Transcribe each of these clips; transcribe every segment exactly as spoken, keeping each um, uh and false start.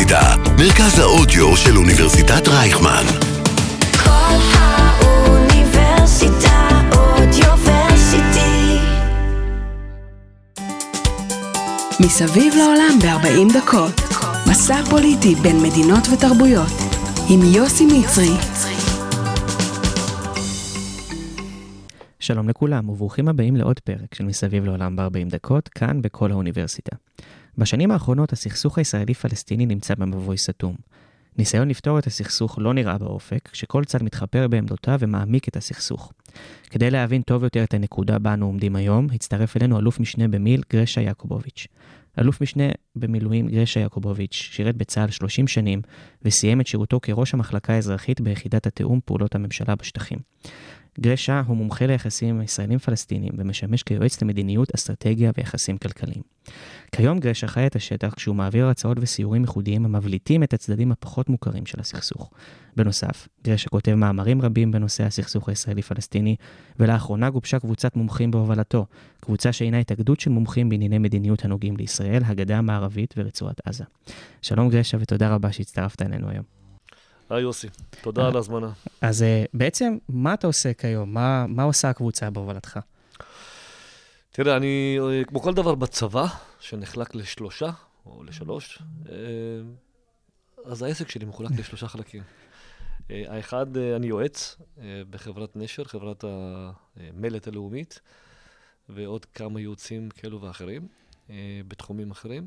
האוניברסיטה, מרכז האודיו של אוניברסיטת רייכמן. כל האוניברסיטה אודיוורסיטי. מסביב לעולם ב-ארבעים דקות. מסע פוליטי בין מדינות ותרבויות. עם יוסי מצרי. שלום לכולם וברוכים הבאים לעוד פרק של מסביב לעולם ב-ארבעים דקות, כאן בכל האוניברסיטה. בשנים האחרונות הסכסוך הישראלי-פלסטיני נמצא במבוי סתום. ניסיון לפתור את הסכסוך לא נראה באופק, כשכל צד מתחפר בעמדותיו ומעמיק את הסכסוך. כדי להבין טוב יותר את הנקודה בה אנו עומדים היום, הצטרף אלינו אלוף משנה במיל גרשה יעקובוביץ'. אלוף משנה במילואים גרשה יעקובוביץ' שירת בצה"ל שלושים שנים, וסיים את שירותו כראש המחלקה האזרחית ביחידת התיאום פעולות הממשלה בשטחים. גרשה הוא מומחה ליחסים ישראלים-פלסטינים ומשמש כיועץ למדיניות, אסטרטגיה ויחסים כלכליים. כיום גרשה חי את השטח כשהוא מעביר הרצאות וסיורים ייחודיים המבליטים את הצדדים הפחות מוכרים של הסכסוך. בנוסף, גרשה כותב מאמרים רבים בנושא הסכסוך הישראלי-פלסטיני, ולאחרונה גובשה קבוצת מומחים בהובלתו, קבוצה שהינה התאגדות של מומחים בענייני מדיניות הנוגעים לישראל, הגדה המערבית ורצועת עזה. שלום גרשה ותודה רבה שהצטרפת אלינו היום. היי יוסי, תודה על ההזמנה. אז בעצם, מה אתה עושה כיום? מה, מה עושה הקבוצה בהובלתך? תראה, אני, כמו כל דבר בצבא, שנחלק לשלושה או לשלוש, אז העסק שלי מחולק לשלושה חלקים. האחד, אני יועץ בחברת נשר, חברת המלט הלאומית, ועוד כמה ייעוצים כאלו ואחרים, בתחומים אחרים.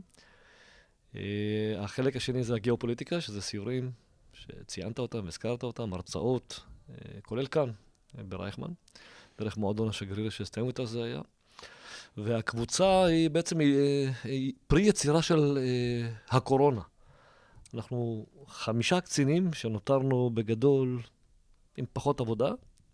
החלק השני זה הגיאופוליטיקה, שזה סיורים, שציינת אותם, הזכרת אותם, הרצאות, כולל כאן, ברייכמן, דרך מועדון השגריר שהסתיים איתה זה היה. והקבוצה היא בעצם היא, היא פרי יצירה של uh, הקורונה. אנחנו חמישה קצינים שנותרנו בגדול עם פחות עבודה,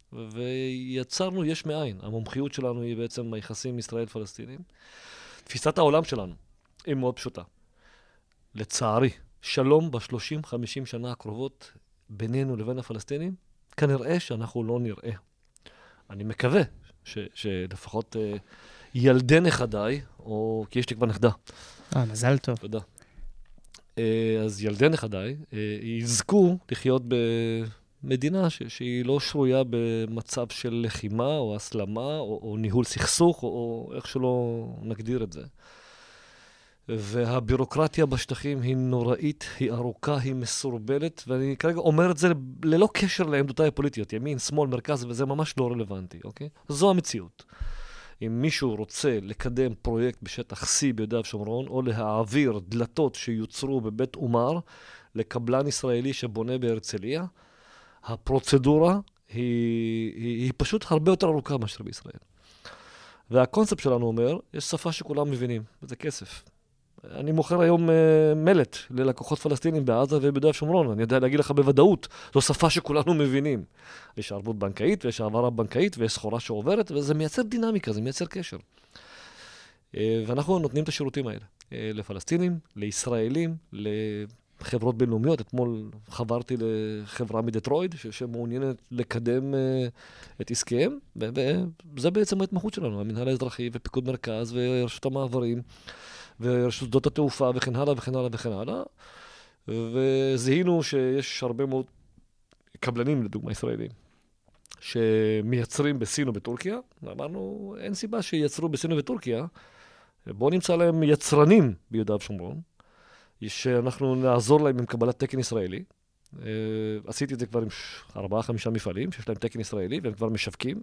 ויצרנו יש מאין. המומחיות שלנו היא בעצם היחסים ישראל-פלסטינים. תפיסת העולם שלנו היא מאוד פשוטה. לצערי, שלום בשלושים חמישים שנה הקרובות בינינו לבין הפלסטינים, כנראה שאנחנו לא נראה. אני מקווה ש, שלפחות uh, ילדי נכדיי, או כי יש לי כבר נכדה. אה, מזל טוב. תודה. Uh, אז ילדי נכדיי uh, יזכו לחיות במדינה ש, שהיא לא שרויה במצב של לחימה או הסלמה או, או ניהול סכסוך או, או איך שלא נגדיר את זה. והבירוקרטיה בשטחים היא נוראית, היא ארוכה, היא מסורבלת, ואני כרגע אומר את זה ללא קשר לעמדותיי הפוליטיות, ימין, שמאל, מרכז, וזה ממש לא רלוונטי, אוקיי? זו המציאות. אם מישהו רוצה לקדם פרויקט בשטח C ביהודה ושומרון, או להעביר דלתות שיוצרו בבית עומר לקבלן ישראלי שבונה בהרצליה, הפרוצדורה היא, היא, היא פשוט הרבה יותר ארוכה מאשר בישראל. והקונספט שלנו אומר, יש שפה שכולם מבינים, וזה כסף. אני מוכר היום uh, מלט ללקוחות פלסטינים בעזה וביהודה ושומרון. אני יודע להגיד לך בוודאות, זו שפה שכולנו מבינים. יש ערבות בנקאית ויש העברה בנקאית ויש סחורה שעוברת, וזה מייצר דינמיקה, זה מייצר קשר. Uh, ואנחנו נותנים את השירותים האלה. Uh, לפלסטינים, לישראלים, לחברות בינלאומיות. אתמול חברתי לחברה מדטרויד, ש- שמעוניינת לקדם uh, את עסקיהם, וזה בעצם ההתמחות שלנו, המנהל האזרחי ופיקוד מרכז ורשות המעברים. ורשתות התעופה וכן הלאה וכן הלאה וכן הלאה. וזיהינו שיש הרבה מאוד קבלנים, לדוגמה ישראלים, שמייצרים בסין או בטורקיה. ואמרנו, אין סיבה שייצרו בסין או בטורקיה. בואו נמצא להם יצרנים ביהודה ושומרון, שאנחנו נעזור להם עם קבלת תקן ישראלי. עשיתי את זה כבר עם ארבעה, חמישה מפעלים, שיש להם תקן ישראלי, והם כבר משווקים.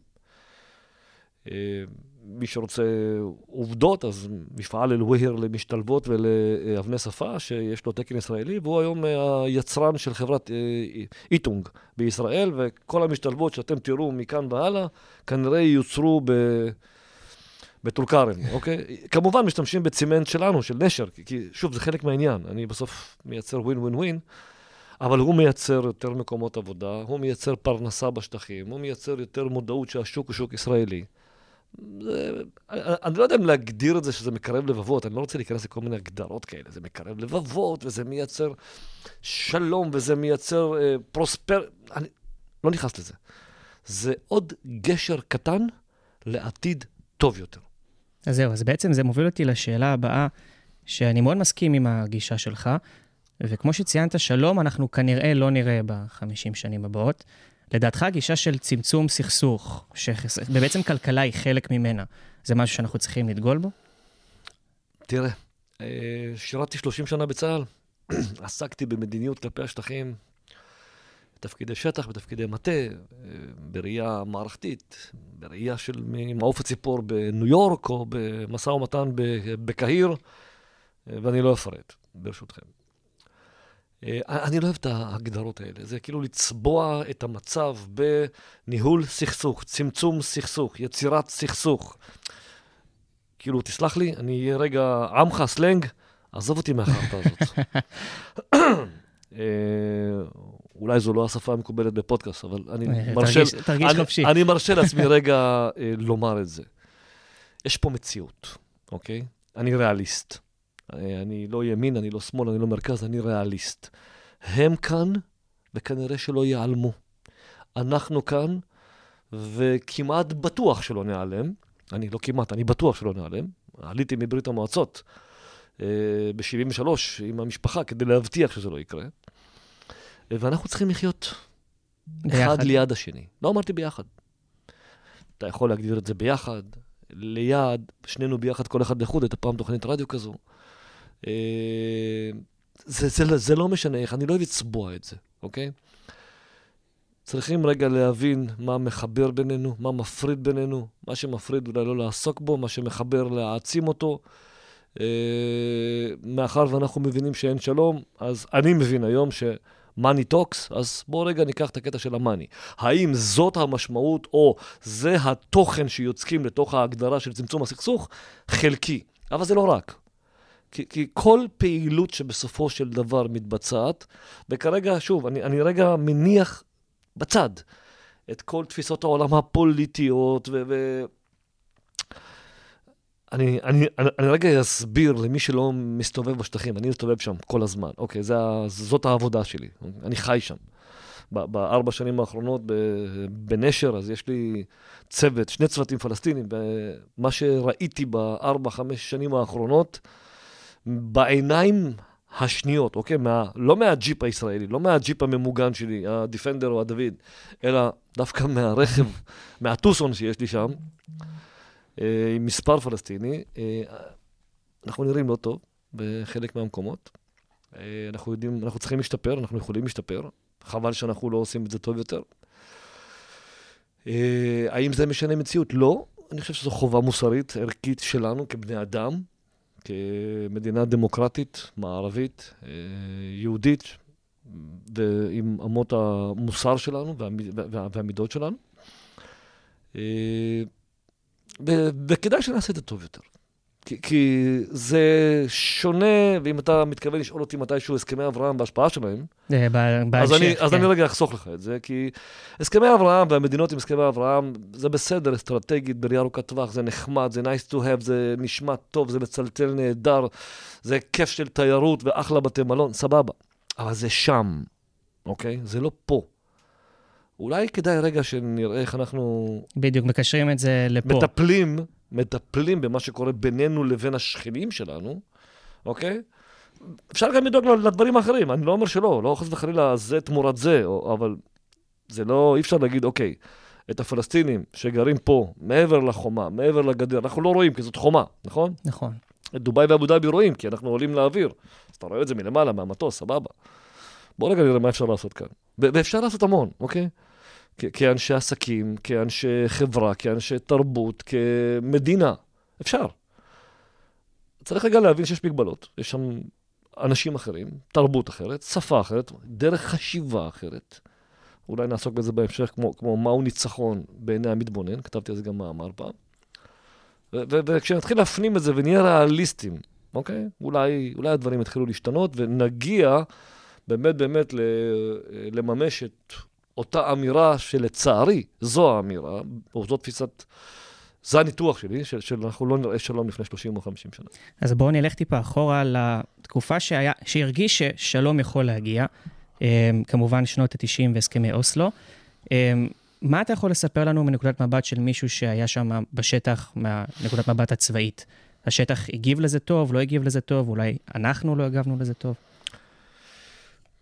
מי שרוצה עובדות, אז מפעל אל-ווהר למשתלבות ולאבני שפה, שיש לו תקן ישראלי, והוא היום היצרן של חברת איטונג בישראל, וכל המשתלבות שאתם תראו מכאן והלאה, כנראה יוצרו ב... בטול כרם, אוקיי? כמובן משתמשים בצימנט שלנו, של נשר, כי שוב, זה חלק מהעניין. אני בסוף מייצר ווין ווין ווין, אבל הוא מייצר יותר מקומות עבודה, הוא מייצר פרנסה בשטחים, הוא מייצר יותר מודעות שהשוק הוא שוק ישראלי. זה, אני לא יודע אם להגדיר את זה שזה מקרב לבבות, אני לא רוצה להיכנס לכל מיני הגדרות כאלה, זה מקרב לבבות, וזה מייצר שלום, וזה מייצר אה, פרוספר, אני לא נכנס לזה. זה עוד גשר קטן לעתיד טוב יותר. אז זהו, אז בעצם זה מוביל אותי לשאלה הבאה, שאני מאוד מסכים עם הגישה שלך, וכמו שציינת, שלום אנחנו כנראה לא נראה בחמישים שנים הבאות. לדעתך הגישה של צמצום סכסוך, שבעצם כלכלה היא חלק ממנה, זה משהו שאנחנו צריכים לדגול בו? תראה, שירתתי שלושים שנה בצה"ל, עסקתי במדיניות כלפי השטחים, בתפקידי שטח, בתפקידי מטה, בראייה מערכתית, בראייה של מעוף הציפור בניו יורק, או במשא ומתן בקהיר, ואני לא אפרט, ברשותכם. אני לא אוהב את ההגדרות האלה, זה כאילו לצבוע את המצב בניהול סכסוך, צמצום סכסוך, יצירת סכסוך. כאילו, תסלח לי, אני אהיה רגע עמך סלנג, עזוב אותי מהחרטה הזאת. אולי זו לא השפה המקובלת בפודקאסט, אבל אני מרשה, תרגיש חופשי. אני מרשה לעצמי רגע לומר את זה. יש פה מציאות, אוקיי? אני ריאליסט. אני לא ימין, אני לא שמאל, אני לא מרכז, אני ריאליסט. הם כאן, וכנראה שלא ייעלמו. אנחנו כאן, וכמעט בטוח שלא נעלם. אני לא כמעט, אני בטוח שלא נעלם. עליתי מברית המועצות ב-שבעים ושלוש עם המשפחה, כדי להבטיח שזה לא יקרה. ואנחנו צריכים לחיות אחד ליד השני. לא אמרתי ביחד. אתה יכול להגדיר את זה ביחד, ליד, שנינו ביחד, כל אחד לחוד, את הפעם תוכנית רדיו כזו. זה, זה, זה לא משנה איך, אני לא אוהב לצבוע את זה, אוקיי? צריכים רגע להבין מה מחבר בינינו, מה מפריד בינינו, מה שמפריד אולי לא לעסוק בו, מה שמחבר להעצים אותו. מאחר ואנחנו מבינים שאין שלום, אז אני מבין היום שמאני טוקס, אז בואו רגע ניקח את הקטע של המאני. האם זאת המשמעות או זה התוכן שיוצקים לתוך ההגדרה של צמצום הסכסוך? חלקי, אבל זה לא רק. כי, כי כל פעילות שבסופו של דבר מתבצעת, וכרגע, שוב, אני, אני רגע מניח בצד את כל תפיסות העולם הפוליטיות, ו... ו... אני, אני, אני, אני רגע אסביר למי שלא מסתובב בשטחים, אני מסתובב שם כל הזמן, אוקיי, זה, זאת העבודה שלי, אני חי שם. בארבע שנים האחרונות בנשר, אז יש לי צוות, שני צוותים פלסטינים, ומה שראיתי בארבע, חמש שנים האחרונות, בעיניים השניות, אוקיי? מה, לא מהג'יפ הישראלי, לא מהג'יפ הממוגן שלי, הדיפנדר או הדוד, אלא דווקא מהרכב, מהטוסון שיש לי שם, עם מספר פלסטיני. אנחנו נראים לא טוב בחלק מהמקומות. אנחנו יודעים, אנחנו צריכים להשתפר, אנחנו יכולים להשתפר. חבל שאנחנו לא עושים את זה טוב יותר. האם זה משנה מציאות? לא. אני חושב שזו חובה מוסרית, ערכית שלנו כבני אדם, כמדינה דמוקרטית, מערבית, יהודית, ועם אמות המוסר שלנו והמידות שלנו. וכדאי שנעשה את זה טוב יותר. כי, כי זה שונה, ואם אתה מתכוון לשאול אותי מתישהו הסכמי אברהם בהשפעה שלהם, אז, אני, אז אני רגע אחסוך לך את זה, כי הסכמי אברהם והמדינות עם הסכמי אברהם, זה בסדר, אסטרטגית, בראייה ארוכת טווח, זה נחמד, זה nice to have, זה נשמע טוב, זה מצלצל נהדר, זה כיף של תיירות ואחלה בתי מלון, סבבה. אבל זה שם, אוקיי? זה לא פה. אולי כדאי רגע שנראה איך אנחנו... בדיוק, מקשרים את זה לפה. מטפלים, מטפלים במה שקורה בינינו לבין השכנים שלנו, אוקיי? אפשר גם לדאוג לדברים האחרים, אני לא אומר שלא, לא חס וחלילה זה תמורת זה, אבל זה לא, אי אפשר להגיד, אוקיי, את הפלסטינים שגרים פה, מעבר לחומה, מעבר לגדר, אנחנו לא רואים, כי זאת חומה, נכון? נכון. את דוביי ואבו דאבי רואים, כי אנחנו עולים לאוויר. אז אתה רואה את זה מלמעלה, מהמטוס, סבבה. בוא רגע נראה מה אפשר לעשות כאן. ואפשר לעשות המון, אוקיי? כאנשי עסקים, כאנשי חברה, כאנשי תרבות, כמדינה. אפשר. צריך רגע להבין שיש מגבלות. יש שם אנשים אחרים, תרבות אחרת, שפה אחרת, דרך חשיבה אחרת. אולי נעסוק בזה בהמשך, כמו, כמו מהו ניצחון בעיני המתבונן. כתבתי על זה גם מאמר פעם. וכשנתחיל להפנים את זה ונהיה ריאליסטים, אוקיי? אולי, אולי הדברים יתחילו להשתנות ונגיע באמת באמת לממש את אותה אמירה שלצערי, זו האמירה, או זו תפיסת, זה הניתוח שלי, של, של אנחנו לא נראה שלום לפני שלושים או חמישים שנה. אז בואו נלך טיפה אחורה לתקופה שהיה, שהרגיש ששלום יכול להגיע, כמובן שנות ה-תשעים והסכמי אוסלו. מה אתה יכול לספר לנו מנקודת מבט של מישהו שהיה שם בשטח, מהנקודת מבט הצבאית? השטח הגיב לזה טוב, לא הגיב לזה טוב, אולי אנחנו לא הגבנו לזה טוב?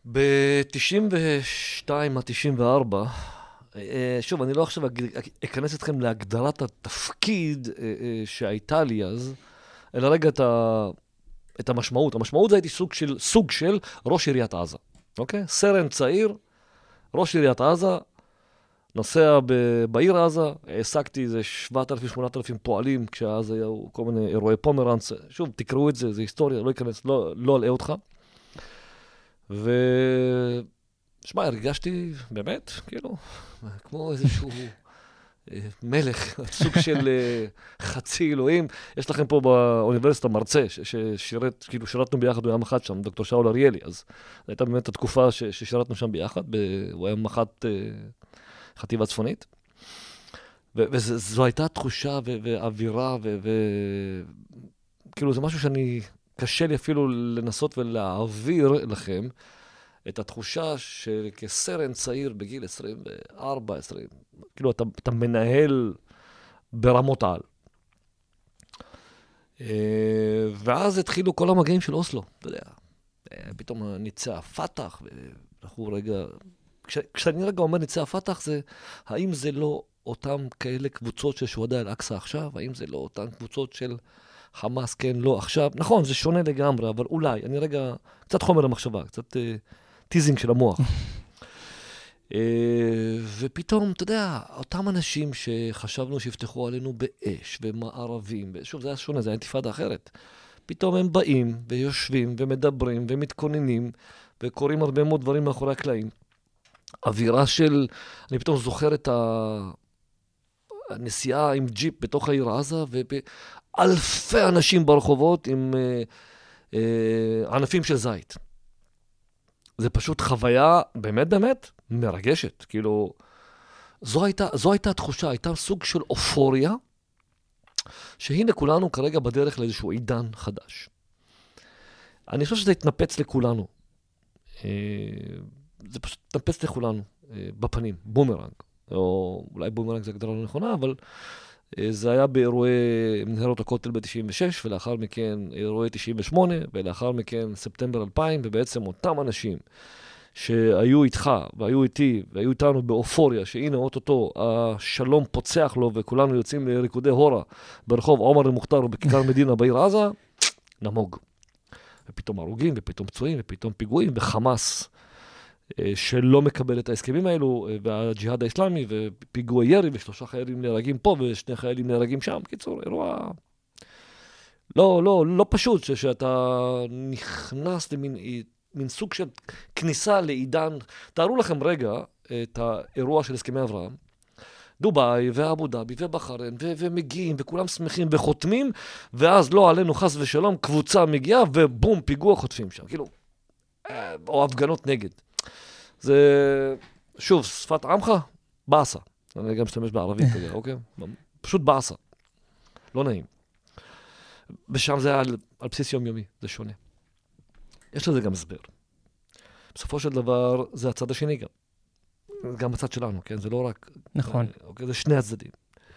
ב-תשעים ושתיים עד תשעים וארבע, שוב, אני לא עכשיו אכנס אתכם להגדרת התפקיד שהייתה לי אז, אלא רגע את, ה... את המשמעות. המשמעות זה הייתי סוג של, סוג של ראש עיריית עזה. אוקיי? סרן צעיר, ראש עיריית עזה, נוסע ב... בעיר עזה, העסקתי איזה שבעת אלפים שמונת אלפים פועלים, כשאז היו כל מיני אירועי פומרנץ. שוב, תקראו את זה, זה היסטוריה, לא אכנס, לא, לא אלאה אותך. ו... שמע, הרגשתי באמת, כאילו, כמו איזשהו מלך, סוג של חצי אלוהים. יש לכם פה באוניברסיטה מרצה, ששירת, כאילו שירתנו ביחד, הוא היה מח"ט שם, דוקטור שאול אריאלי, אז זו הייתה באמת התקופה ששירתנו שם ביחד, הוא היה מח"ט חטיבה צפונית, וזו הייתה תחושה ואווירה, וכאילו זה משהו שאני, קשה לי אפילו לנסות ולהעביר לכם, את התחושה של כסרן צעיר בגיל עשרים וארבע עשרים, כאילו אתה, אתה מנהל ברמות על. ואז התחילו כל המגעים של אוסלו, אתה יודע, פתאום ניצה הפתח, ואנחנו רגע, כש, כשאני רגע אומר ניצה הפתח, זה, האם זה לא אותם כאלה קבוצות של שוהדא אל-אקצא עכשיו, האם זה לא אותן קבוצות של חמאס, כן, לא עכשיו, נכון, זה שונה לגמרי, אבל אולי, אני רגע, קצת חומר למחשבה, קצת טיזינג של המוח. ופתאום, אתה יודע, אותם אנשים שחשבנו שיפתחו עלינו באש ומערבים, שוב, זה היה שונה, זה היה אינתיפאדה אחרת. פתאום הם באים ויושבים ומדברים ומתכוננים וקוראים הרבה מאוד דברים מאחורי הקלעים. אווירה של, אני פתאום זוכר את הנסיעה עם ג'יפ בתוך העיר עזה, ואלפי אנשים ברחובות עם ענפים של זית. זה פשוט חוויה באמת באמת מרגשת. כאילו, זו הייתה, זו הייתה התחושה, הייתה סוג של אופוריה, שהנה כולנו כרגע בדרך לאיזשהו עידן חדש. אני חושב שזה התנפץ לכולנו. זה פשוט התנפץ לכולנו בפנים, בומרנג. או אולי בומרנג זה הגדרה לא נכונה, אבל זה היה באירועי מנהרות הכותל ב-תשעים ושש, ולאחר מכן אירועי תשעים ושמונה, ולאחר מכן ספטמבר אלפיים, ובעצם אותם אנשים שהיו איתך, והיו איתי, והיו איתנו באופוריה, שהנה אוטוטו השלום פוצח לו, וכולנו יוצאים לריקודי הורה ברחוב עומר אל-מוכתר ובכיכר מדינה בעיר עזה, נמוג. ופתאום הרוגים, ופתאום פצועים, ופתאום פיגועים, וחמאס שלא מקבל את ההסכמים האלו, והג'יהאד האסלאמי, ופיגועי ירי, ושלושה חיילים נהרגים פה, ושני חיילים נהרגים שם. קיצור, אירוע לא, לא, לא פשוט, שאתה נכנס למין מין סוג של כניסה לעידן. תארו לכם רגע את האירוע של הסכמי אברהם, דובאי ואבו דאבי ובחריין, ו- ומגיעים, וכולם שמחים וחותמים, ואז לא עלינו חס ושלום, קבוצה מגיעה, ובום, פיגוע חוטפים שם. כאילו, או הפגנות נגד. זה, שוב, שפת עמך, בעסה. אני גם משתמש בערבית כזה, אוקיי? פשוט בעסה. לא נעים. ושם זה היה על, על בסיס יומיומי, זה שונה. יש לזה גם הסבר. בסופו של דבר, זה הצד השני גם. גם הצד שלנו, כן? זה לא רק... נכון. אוקיי? זה שני הצדדים.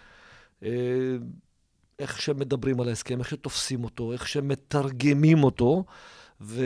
איך שמדברים על ההסכם, איך שתופסים אותו, איך שמתרגמים אותו, ו...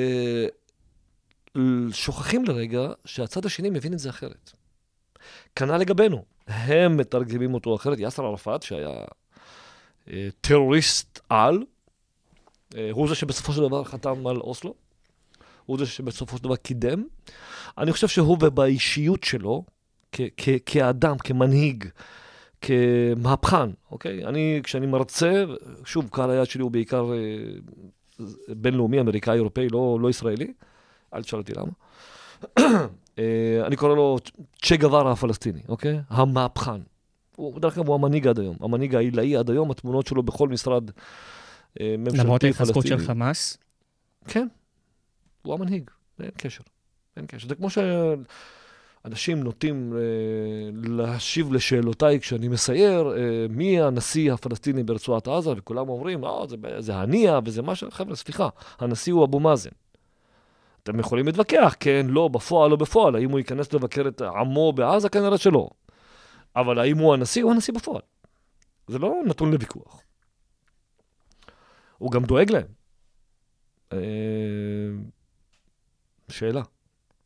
שוכחים לרגע שהצד השני מבין את זה אחרת. כנ"ל לגבינו. הם מתרגמים אותו אחרת. יאסר ערפאת, שהיה אה, טרוריסט על, אה, הוא זה שבסופו של דבר חתם על אוסלו, הוא זה שבסופו של דבר קידם. אני חושב שהוא ובאישיות שלו, כ- כ- כאדם, כמנהיג, כמהפכן, אוקיי? אני, כשאני מרצה, שוב, קהל היד שלי הוא בעיקר אה, בינלאומי, אמריקאי, אירופאי, לא, לא ישראלי, אל תשאל אותי למה. אני קורא לו צ'ה גווארה הפלסטיני, אוקיי? המהפכן. הוא, בדרך כלל הוא המנהיג עד היום. המנהיג העילאי עד היום, התמונות שלו בכל משרד ממשלתי פלסטיני. למרות ההתחזקות של חמאס? כן. הוא המנהיג. אין קשר. אין קשר. זה כמו שאנשים נוטים להשיב לשאלותיי כשאני מסייר, מי הנשיא הפלסטיני ברצועת עזה, וכולם אומרים, אה, זה, זה הנייה וזה משהו. חבר'ה, סליחה, הנשיא הוא אבו מאזן. אתם יכולים להתווכח, כן, לא, בפועל, לא בפועל. האם הוא ייכנס לבקר את עמו בעזה? כנראה שלא. אבל האם הוא הנשיא? הוא הנשיא בפועל. זה לא נתון לוויכוח. הוא גם דואג להם. שאלה.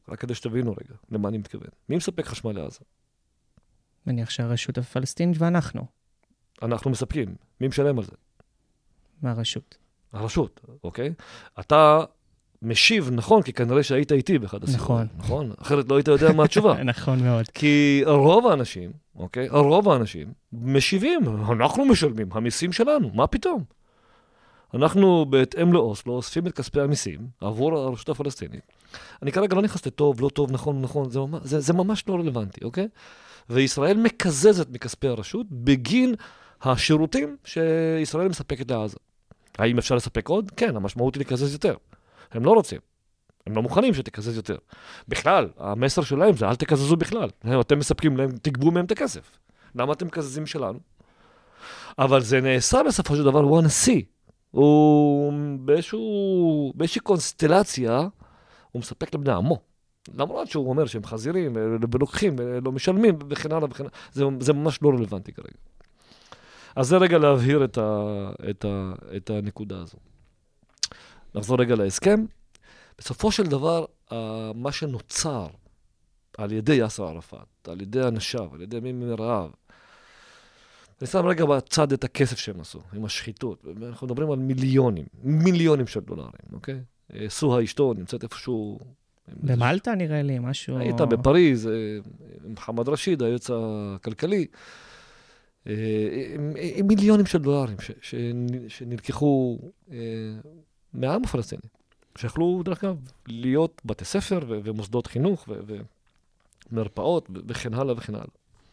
רק כדי שתבינו רגע, למה אני מתכוון. מי מספק חשמל לעזה? מניח שהרשות הפלסטינית ואנחנו. אנחנו מספקים. מי משלם על זה? מהרשות. הרשות, אוקיי? אתה משיב, נכון, כי כנראה שהיית איתי באחד הסיבובים. נכון. נכון? אחרת לא היית יודע מה התשובה. נכון מאוד. כי רוב האנשים, אוקיי? רוב האנשים משיבים, אנחנו משלמים, המיסים שלנו, מה פתאום? אנחנו בהתאם לאוסלו אוספים את כספי המיסים עבור הרשות הפלסטינית. אני כרגע לא נכנס לטוב, לא טוב, נכון, נכון, זה ממש, זה, זה ממש לא רלוונטי, אוקיי? וישראל מקזזת מכספי הרשות בגין השירותים שישראל מספקת לעזה. האם אפשר לספק עוד? כן, המשמעות היא לקזז יותר. הם לא רוצים. הם לא מוכנים שתקזז יותר. בכלל, המסר שלהם זה אל תקזזו בכלל. אתם מספקים להם, תגבו מהם את הכסף. למה אתם מקזזים שלנו? אבל זה נעשה בסופו של דבר, הוא הנשיא. הוא באיזשהו, באיזושהי קונסטלציה, הוא מספק לבני עמו. למרות שהוא אומר שהם חזירים, ולוקחים, ולא משלמים, וכן הלאה וכן הלאה. זה, זה ממש לא רלוונטי כרגע. אז זה רגע להבהיר את, ה, את, ה, את הנקודה הזו. נחזור רגע להסכם. בסופו של דבר, מה שנוצר על ידי יאסר ערפאת, על ידי אנשיו, על ידי מי מרעיו, אני שם רגע בצד את הכסף שהם עשו, עם השחיתות. אנחנו מדברים על מיליונים, מיליונים של דולרים, אוקיי? סוהה אשתו נמצאת איפשהו... במלטה נראה לי, משהו... היית בפריז, מחמד רשיד, היועץ הכלכלי, עם מיליונים של דולרים שנלקחו מהעם הפלסטיני, שיכלו, דרך אגב, להיות בתי ספר ומוסדות חינוך ומרפאות וכן הלאה וכן הלאה.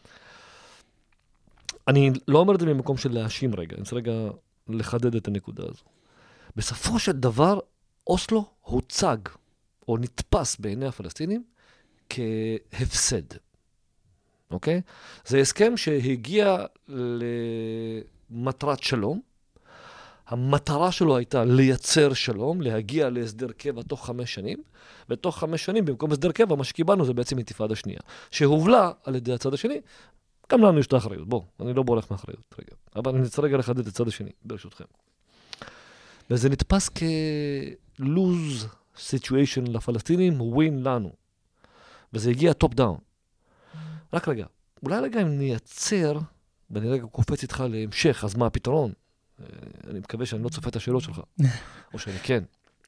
אני לא אומר את זה ממקום של להאשים רגע, אני רוצה רגע לחדד את הנקודה הזו. בסופו של דבר, אוסלו הוצג או נתפס בעיני הפלסטינים כהפסד. אוקיי? זה הסכם שהגיע למטרת שלום. המטרה שלו הייתה לייצר שלום, להגיע להסדר קבע תוך חמש שנים, ותוך חמש שנים, במקום הסדר קבע, מה שקיבלנו זה בעצם אינתיפאדה שנייה, שהובלה על ידי הצד השני. גם לנו יש את האחריות, בוא, אני לא בורח מאחריות, רגע. אבל אני צריך רגע לחדד את הצד השני, ברשותכם. וזה נתפס כ-lose situation לפלסטינים, win לנו. וזה הגיע top down. רק רגע, אולי רגע אם נייצר, ואני רגע קופץ איתך להמשך, אז מה הפתרון? אני מקווה שאני לא צופה את השאלות שלך, או שאני כן.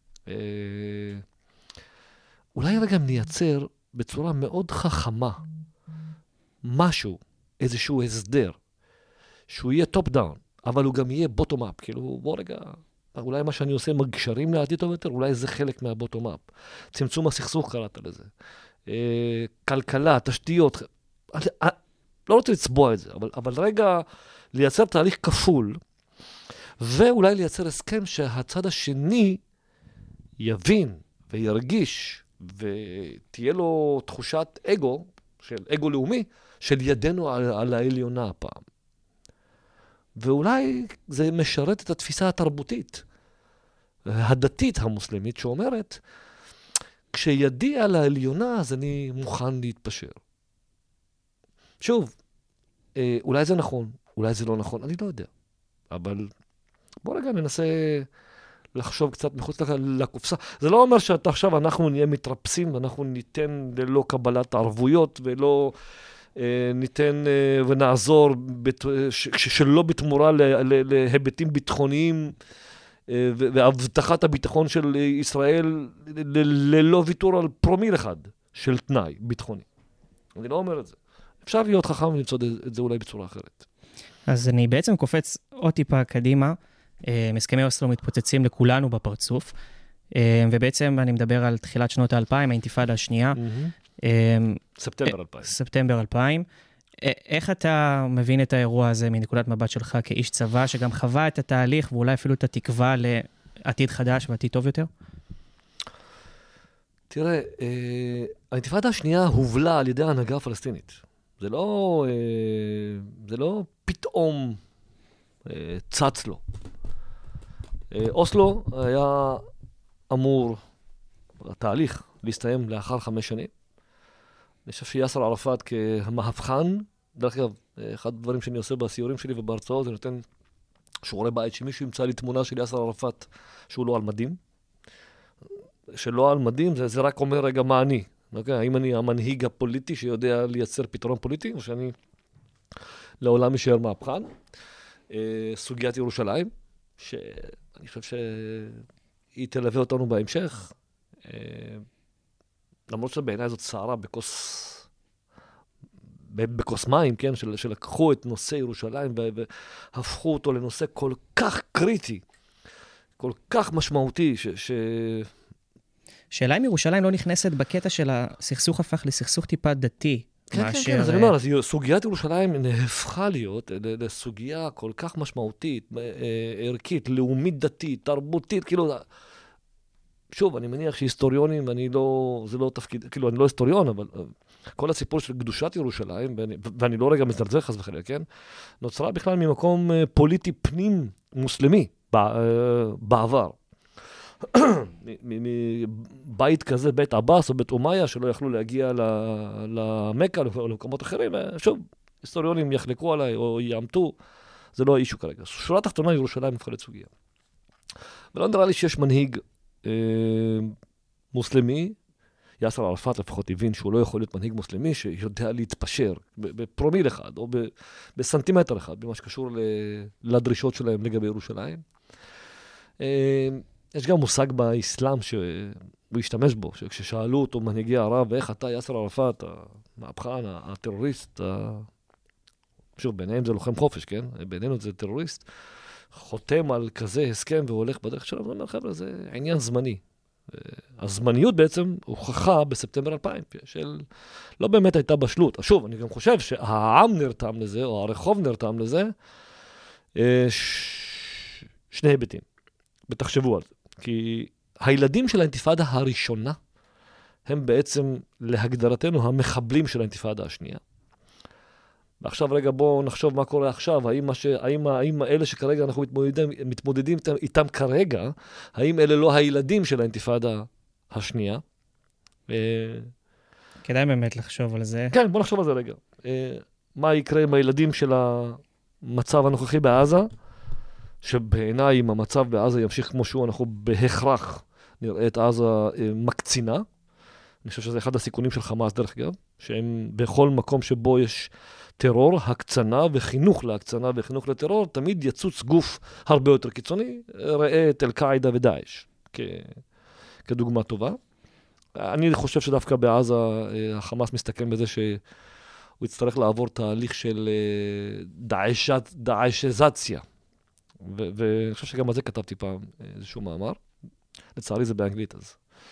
אולי רגע אם נייצר בצורה מאוד חכמה, משהו, איזשהו הסדר, שהוא יהיה טופ דאון, אבל הוא גם יהיה בוטום אפ, כאילו בוא רגע, אולי מה שאני עושה מגשרים לעתיד טוב יותר, אולי זה חלק מהבוטום אפ. צמצום הסכסוך קראת לזה. אה, כלכלה, תשתיות, אה, לא רוצה לצבוע את זה, אבל, אבל רגע לייצר תהליך כפול, ואולי לייצר הסכם שהצד השני יבין וירגיש, ותהיה לו תחושת אגו, של אגו לאומי, של ידנו על, על העליונה הפעם. ואולי זה משרת את התפיסה התרבותית, הדתית המוסלמית, שאומרת, כשידי על העליונה, אז אני מוכן להתפשר. שוב, אולי זה נכון, אולי זה לא נכון, אני לא יודע. אבל בוא רגע ננסה לחשוב קצת מחוץ לקופסה. זה לא אומר שאתה עכשיו אנחנו נהיה מתרפסים, ואנחנו ניתן ללא קבלת ערבויות, ולא אה, ניתן אה, ונעזור בת, ש, שלא בתמורה ל, ל, להיבטים ביטחוניים, אה, והבטחת הביטחון של ישראל ל, ל, ללא ויתור על פרומיל אחד של תנאי ביטחוני. אני לא אומר את זה. אפשר להיות חכם ולמצוא את זה אולי בצורה אחרת. אז אני בעצם קופץ עוד טיפה קדימה, הסכמי אוסלו מתפוצצים לכולנו בפרצוף, ובעצם אני מדבר על תחילת שנות האלפיים, האינתיפאדה השנייה. ספטמבר אלפיים. ספטמבר אלפיים. איך אתה מבין את האירוע הזה מנקודת מבט שלך כאיש צבא, שגם חווה את התהליך ואולי אפילו את התקווה לעתיד חדש ועתיד טוב יותר? תראה, האינתיפאדה השנייה הובלה על ידי ההנהגה הפלסטינית. זה לא, זה לא פתאום צץ לו. אוסלו היה אמור, התהליך, להסתיים לאחר חמש שנים. אני חושב שיאסר ערפאת כמהפכן, דרך אגב, אחד הדברים שאני עושה בסיורים שלי ובהרצאות, זה נותן שיעורי בית שמישהו ימצא לי תמונה של יאסר ערפאת שהוא לא על מדים. שלא על מדים, זה, זה רק אומר רגע מה אני. אוקיי? האם אני המנהיג הפוליטי שיודע לייצר פתרון פוליטי, או שאני לעולם יישאר מהפכן? סוגיית ירושלים, שאני חושב שהיא תלווה אותנו בהמשך, למרות שבעיניי זאת סערה בכוס... בכוס מים, כן, של, שלקחו את נושא ירושלים והפכו אותו לנושא כל כך קריטי, כל כך משמעותי, ש... ש... שאלה אם ירושלים לא נכנסת בקטע של הסכסוך הפך לסכסוך טיפה דתי, כן, מאשר... כן, כן, אז אני אומר, אז סוגיית ירושלים נהפכה להיות לסוגיה כל כך משמעותית, ערכית, לאומית דתית, תרבותית, כאילו... שוב, אני מניח שהיסטוריונים, אני לא, זה לא תפקיד, כאילו, אני לא היסטוריון, אבל כל הסיפור של קדושת ירושלים, ואני, ואני לא רגע מזלזל חס וחלילה, כן? נוצרה בכלל ממקום פוליטי פנים מוסלמי בעבר. מבית כזה, בית עבאס או בית אומיה, שלא יכלו להגיע למכה או למקומות אחרים, שוב, היסטוריונים יחלקו עליי או יעמתו, זה לא האישו כרגע. שורה תחתונה, ירושלים הפכה לסוגיה. ולא נראה לי שיש מנהיג מוסלמי, יאסר ערפאת לפחות הבין שהוא לא יכול להיות מנהיג מוסלמי שיודע להתפשר בפרומיל אחד או בסנטימטר אחד במה שקשור לדרישות שלהם לגבי ירושלים. יש גם מושג באסלאם שהוא השתמש בו, שכששאלו אותו מנהיגי ערב, איך אתה יאסר ערפאת, המהפכן, הטרוריסט, שוב, ביניהם זה לוחם חופש, כן? בינינו זה טרוריסט, חותם על כזה הסכם והולך בדרך שלו, ואומר, חבר'ה, זה עניין זמני. הזמניות בעצם הוכחה בספטמבר אלפיים, של לא באמת הייתה בשלות. שוב, אני גם חושב שהעם נרתם לזה, או הרחוב נרתם לזה, ש... שני היבטים. ותחשבו על זה. כי הילדים של האינתיפאדה הראשונה, הם בעצם להגדרתנו המחבלים של האינתיפאדה השנייה. ועכשיו רגע בואו נחשוב מה קורה עכשיו, האם, ש... האם, האם אלה שכרגע אנחנו מתמודדים, מתמודדים איתם, איתם כרגע, האם אלה לא הילדים של האינתיפאדה השנייה? כדאי באמת לחשוב על זה. כן, בואו נחשוב על זה רגע. מה יקרה עם הילדים של המצב הנוכחי בעזה, שבעיניי אם המצב בעזה ימשיך כמו שהוא, אנחנו בהכרח נראה את עזה מקצינה. אני חושב שזה אחד הסיכונים של חמאס דרך אגב, שהם בכל מקום שבו יש טרור, הקצנה וחינוך להקצנה וחינוך לטרור, תמיד יצוץ גוף הרבה יותר קיצוני, ראה את אל-קאעידה ודאעש כ... כדוגמה טובה. אני חושב שדווקא בעזה החמאס מסתכם בזה שהוא יצטרך לעבור תהליך של דאעשת, דאעשזציה. ו- ואני חושב שגם על זה כתבתי פעם איזשהו מאמר. לצערי זה באנגלית אז.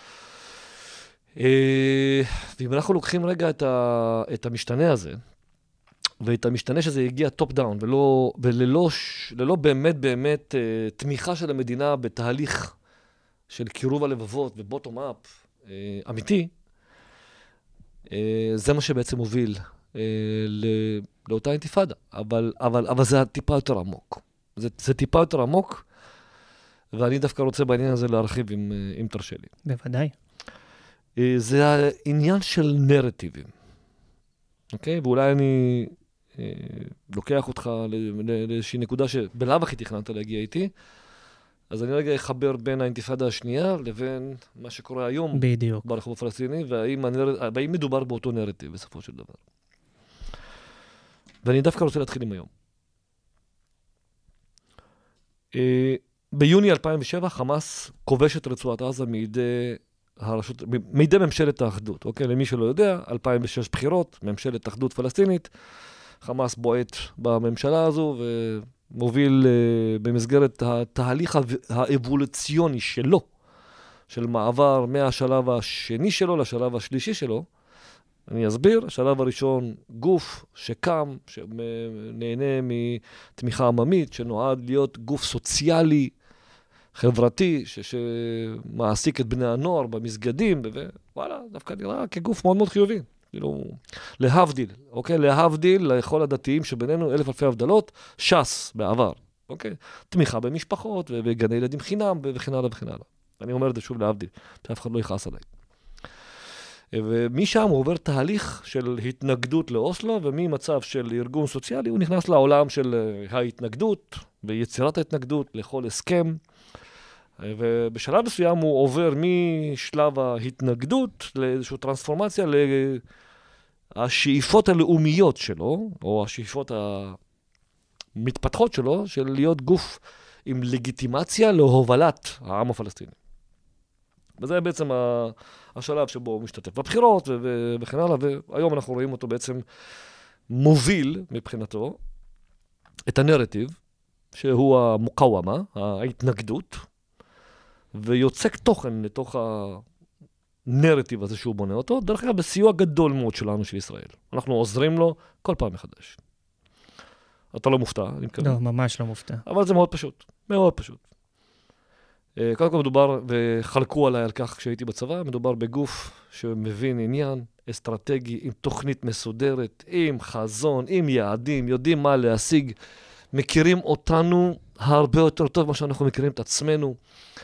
ואם אנחנו לוקחים רגע את, ה- את המשתנה הזה, ואת המשתנה שזה הגיע טופ דאון, ולא, וללא ללא באמת באמת תמיכה של המדינה בתהליך של קירוב הלבבות ובוטום אפ אמיתי, זה מה שבעצם הוביל לאותה אינתיפאדה. אבל, אבל, אבל זה טיפה יותר עמוק. זה, זה טיפה יותר עמוק, ואני דווקא רוצה בעניין הזה להרחיב אם, אם תרשה לי. בוודאי. זה העניין של נרטיבים. אוקיי? ואולי אני אה, לוקח אותך לאיזושהי נקודה שבלאו הכי תכננת להגיע איתי, אז אני רגע אחבר בין האינתיפאדה השנייה לבין מה שקורה היום בדיוק. ברחוב הפלסטיני, והאם, הנר... והאם מדובר באותו נרטיב בסופו של דבר. ואני דווקא רוצה להתחיל עם היום. אה, ביוני אלפיים ושבע חמאס כובש את רצועת עזה מידי הרשות, מידי ממשלת האחדות, אוקיי? למי שלא יודע, אלפיים ושש בחירות, ממשלת אחדות פלסטינית, חמאס בועט בממשלה הזו ומוביל uh, במסגרת התהליך האבולוציוני שלו, של מעבר מהשלב השני שלו לשלב השלישי שלו. אני אסביר, השלב הראשון, גוף שקם, שנהנה מתמיכה עממית, שנועד להיות גוף סוציאלי, חברתי, ש- שמעסיק את בני הנוער במסגדים, ווואלה, דווקא נראה כגוף מאוד מאוד חיובי. כאילו, להבדיל, אוקיי? להבדיל לכל הדתיים שבינינו אלף אלפי הבדלות, ש"ס בעבר, אוקיי? תמיכה במשפחות ובגני ילדים חינם וכן הלאה וכן הלאה. אני אומר את זה שוב להבדיל, שאף אחד לא יכעס עליי. ומשם הוא עובר תהליך של התנגדות לאוסלו, וממצב של ארגון סוציאלי הוא נכנס לעולם של ההתנגדות, ויצירת ההתנגדות לכל הסכם, ובשלב מסוים הוא עובר משלב ההתנגדות לאיזושהי טרנספורמציה לשאיפות הלאומיות שלו, או השאיפות המתפתחות שלו, של להיות גוף עם לגיטימציה להובלת העם הפלסטיני. וזה בעצם השלב שבו הוא משתתף בבחירות וכן הלאה, והיום אנחנו רואים אותו בעצם מוביל מבחינתו את הנרטיב, שהוא המוקאוומה, ההתנגדות, ויוצק תוכן לתוך הנרטיב הזה שהוא בונה אותו, דרך אגב בסיוע גדול מאוד שלנו של ישראל. אנחנו עוזרים לו כל פעם מחדש. אתה לא מופתע, אני מקווה. לא, ממש לא מופתע. אבל זה מאוד פשוט, מאוד פשוט. קודם כל מדובר, וחלקו עליי על כך כשהייתי בצבא, מדובר בגוף שמבין עניין אסטרטגי, עם תוכנית מסודרת, עם חזון, עם יעדים, יודעים מה להשיג, מכירים אותנו הרבה יותר טוב ממה שאנחנו מכירים את עצמנו.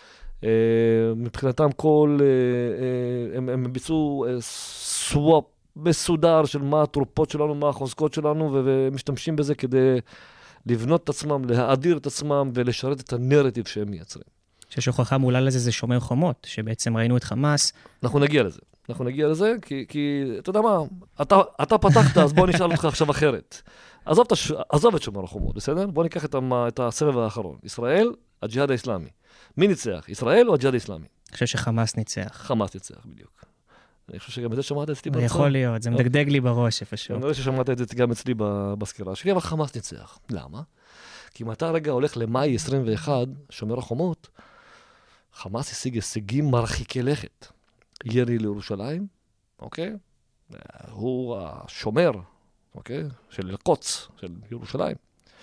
מבחינתם כל, הם, הם ביצעו סוואפ מסודר של מה התרופות שלנו, מה החוזקות שלנו, ומשתמשים בזה כדי לבנות את עצמם, להאדיר את עצמם ולשרת את הנרטיב שהם מייצרים. ששוכחה מולה לזה זה שומר חומות, שבעצם ראינו את חמאס. אנחנו נגיע לזה. אנחנו נגיע לזה, כי, כי אתה יודע מה, אתה, אתה פתחת, אז בוא נשאל אותך עכשיו אחרת. עזוב, עזוב את שומר החומות, בסדר? בוא ניקח את, את הסבב האחרון. ישראל, הג'יהאד האסלאמי. מי ניצח? ישראל או הג'יהאד האסלאמי? אני חושב שחמאס ניצח. חמאס ניצח, בדיוק. אני חושב שגם את זה שמעת אצלי בצורה. יכול להיות, זה מדגדג לי בראש איפשהו. אני רואה ששמעת את זה גם אצלי בסקירה שלי, אבל חמאס ניצח. למה? כי אם אתה רגע הולך למאי עשרים ואחת, שומר החומות, חמאס השיג הישגים מרחיקי לכת. ירי לירושלים, אוקיי? הוא השומר, אוקיי? של אלקוץ, של ירושלים.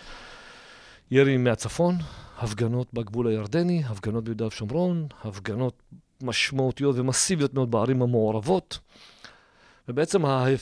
ירי מהצפון, הפגנות בגבול הירדני, הפגנות ביהודה ושומרון, הפגנות משמעותיות ומסיביות מאוד בערים המעורבות. ובעצם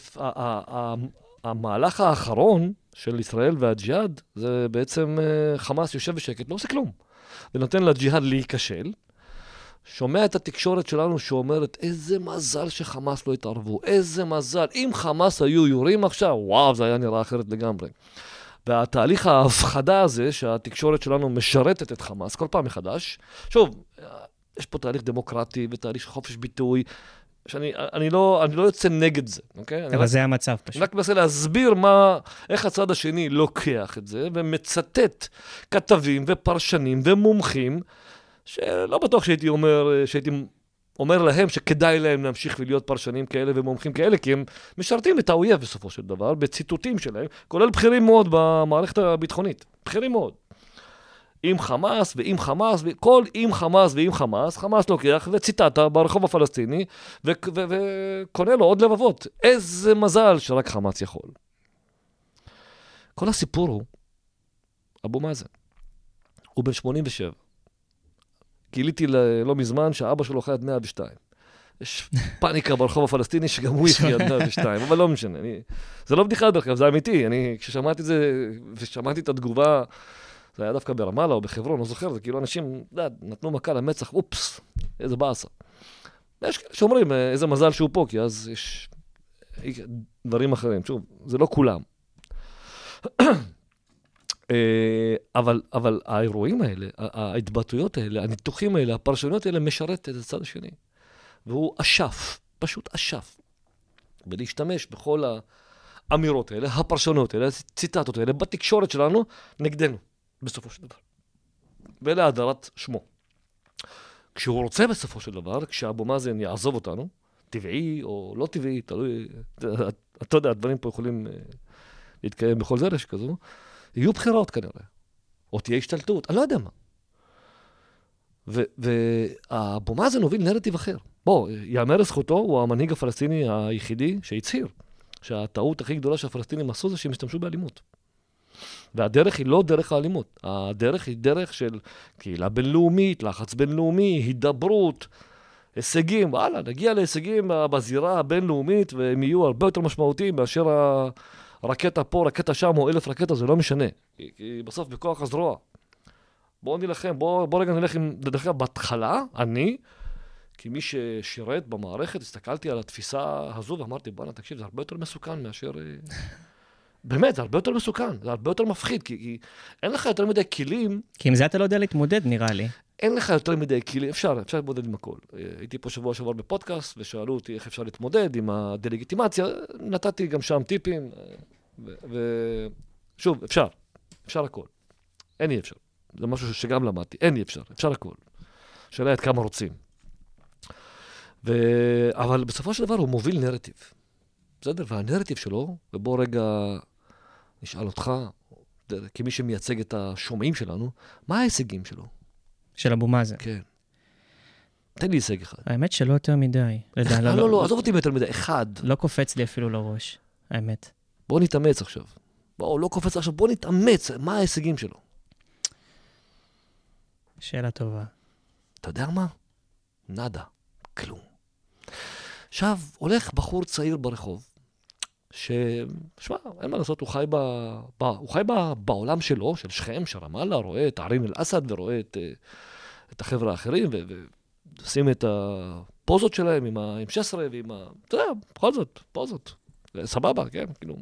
המהלך האחרון של ישראל והג'יהאד, זה בעצם חמאס יושב בשקט, לא עושה כלום. ונותן לג'יהאד להיכשל. שומע את התקשורת שלנו שאומרת, איזה מזל שחמאס לא התערבו, איזה מזל. אם חמאס היו יורים עכשיו, וואו, זה היה נראה אחרת לגמרי. והתהליך ההפחדה הזה, שהתקשורת שלנו משרתת את חמאס כל פעם מחדש, שוב, יש פה תהליך דמוקרטי ותהליך של חופש ביטוי, שאני אני לא, אני לא יוצא נגד זה, אוקיי? אבל זה המצב פשוט. אני רק מנסה להסביר מה, איך הצד השני לוקח את זה, ומצטט כתבים ופרשנים ומומחים, שלא בטוח שהייתי אומר, שהייתי אומר להם שכדאי להם להמשיך ולהיות פרשנים כאלה ומומחים כאלה, כי הם משרתים את האויב בסופו של דבר, בציטוטים שלהם, כולל בכירים מאוד במערכת הביטחונית, בכירים מאוד. עם חמאס ועם חמאס, כל עם חמאס ועם חמאס, חמאס לוקח וציטטה ברחוב הפלסטיני, וקונה לו עוד לבבות. איזה מזל שרק חמאס יכול. כל הסיפור הוא, אבו מאזן, הוא בן שמונים ושבע. גיליתי לא מזמן שאבא שלו חי עד מאה ושתיים. יש פאניקה ברחוב הפלסטיני שגם הוא יחיה עד מאה ושתיים, אבל לא משנה. אני, זה לא בדיחה דרך כלל, זה אמיתי. אני, כששמעתי את זה, ושמעתי את התגובה, זה היה דווקא ברמאללה או בחברון, לא זוכר, זה כאילו אנשים, דה, נתנו מכה למצח, אופס, איזה באסה. יש כאלה שאומרים, איזה מזל שהוא פה, כי אז יש דברים אחרים. שוב, זה לא כולם. אבל, אבל האירועים האלה, ההתבטאויות האלה, הניתוחים האלה, הפרשנויות האלה משרת את הצד השני. והוא אשף, פשוט אשף. ולהשתמש בכל האמירות האלה, הפרשנויות האלה, הציטטות האלה, בתקשורת שלנו, נגדנו, בסופו של דבר. ולהדרת שמו. כשהוא רוצה בסופו של דבר, כשאבו מאזן יעזוב אותנו, טבעי או לא טבעי, תלוי, אתה יודע, הדברים פה יכולים להתקיים בכל זרש כזו, יהיו בחירות כנראה, או תהיה השתלטות, אני לא יודע מה. ואבו מאזן הוביל נרטיב אחר. בוא, יאמר לזכותו, הוא המנהיג הפלסטיני היחידי שהצהיר, שהטעות הכי גדולה שהפלסטינים עשו זה שהם השתמשו באלימות. והדרך היא לא דרך האלימות, הדרך היא דרך של קהילה בינלאומית, לחץ בינלאומי, הידברות, הישגים, וואלה, נגיע להישגים בזירה הבינלאומית, והם יהיו הרבה יותר משמעותיים מאשר ה... רקטה פה, רקטה שם, או אלף רקטה, זה לא משנה. כי, כי בסוף בכוח הזרוע. בואו נלחם, בואו בוא רגע נלך עם, דרך כלל, בהתחלה, אני, כמי ששירת במערכת, הסתכלתי על התפיסה הזו, ואמרתי, בואנה, תקשיב, זה הרבה יותר מסוכן מאשר, באמת, זה הרבה יותר מסוכן, זה הרבה יותר מפחיד, כי, כי אין לך יותר מדי כלים. כי עם זה אתה לא יודע להתמודד, נראה לי. אין לך יותר מדי כלים, אפשר, אפשר להתמודד עם הכל. הייתי פה שבוע שעבר בפודקאסט, ושאלו אותי איך אפשר להתמודד עם הדלגיטימציה, נתתי גם שם טיפים, ושוב, אפשר, אפשר הכל. אין אי אפשר. זה משהו שגם למדתי, אין אי אפשר, אפשר הכל. שאלה את כמה רוצים. ו... אבל בסופו של דבר הוא מוביל נרטיב. בסדר? והנרטיב שלו, ובוא רגע נשאל אותך, כמי שמייצג את השומעים שלנו, מה ההישגים שלו? של אבו מאזן. כן. תן לי הישג אחד. האמת שלא יותר מדי. לא, לא, לא, עזוב אותי יותר מדי, אחד. לא קופץ לי אפילו לראש, האמת. בוא נתאמץ עכשיו. בוא, לא קופץ עכשיו, בוא נתאמץ. מה ההישגים שלו? שאלה טובה. אתה יודע מה? נדה. כלום. עכשיו, הולך בחור צעיר ברחוב, ש... שמה, אין מה לעשות, הוא חי, ב... ב... הוא חי ב... בעולם שלו, של שכם, של רמאללה, רואה את ערים אל-אסד, ורואה את, את החבר'ה האחרים, ו... ועושים את הפוזות שלהם עם ה-אם שש עשרה ועם ה... אתה יודע, בכל זאת, פוזות. סבבה, כן? כאילו...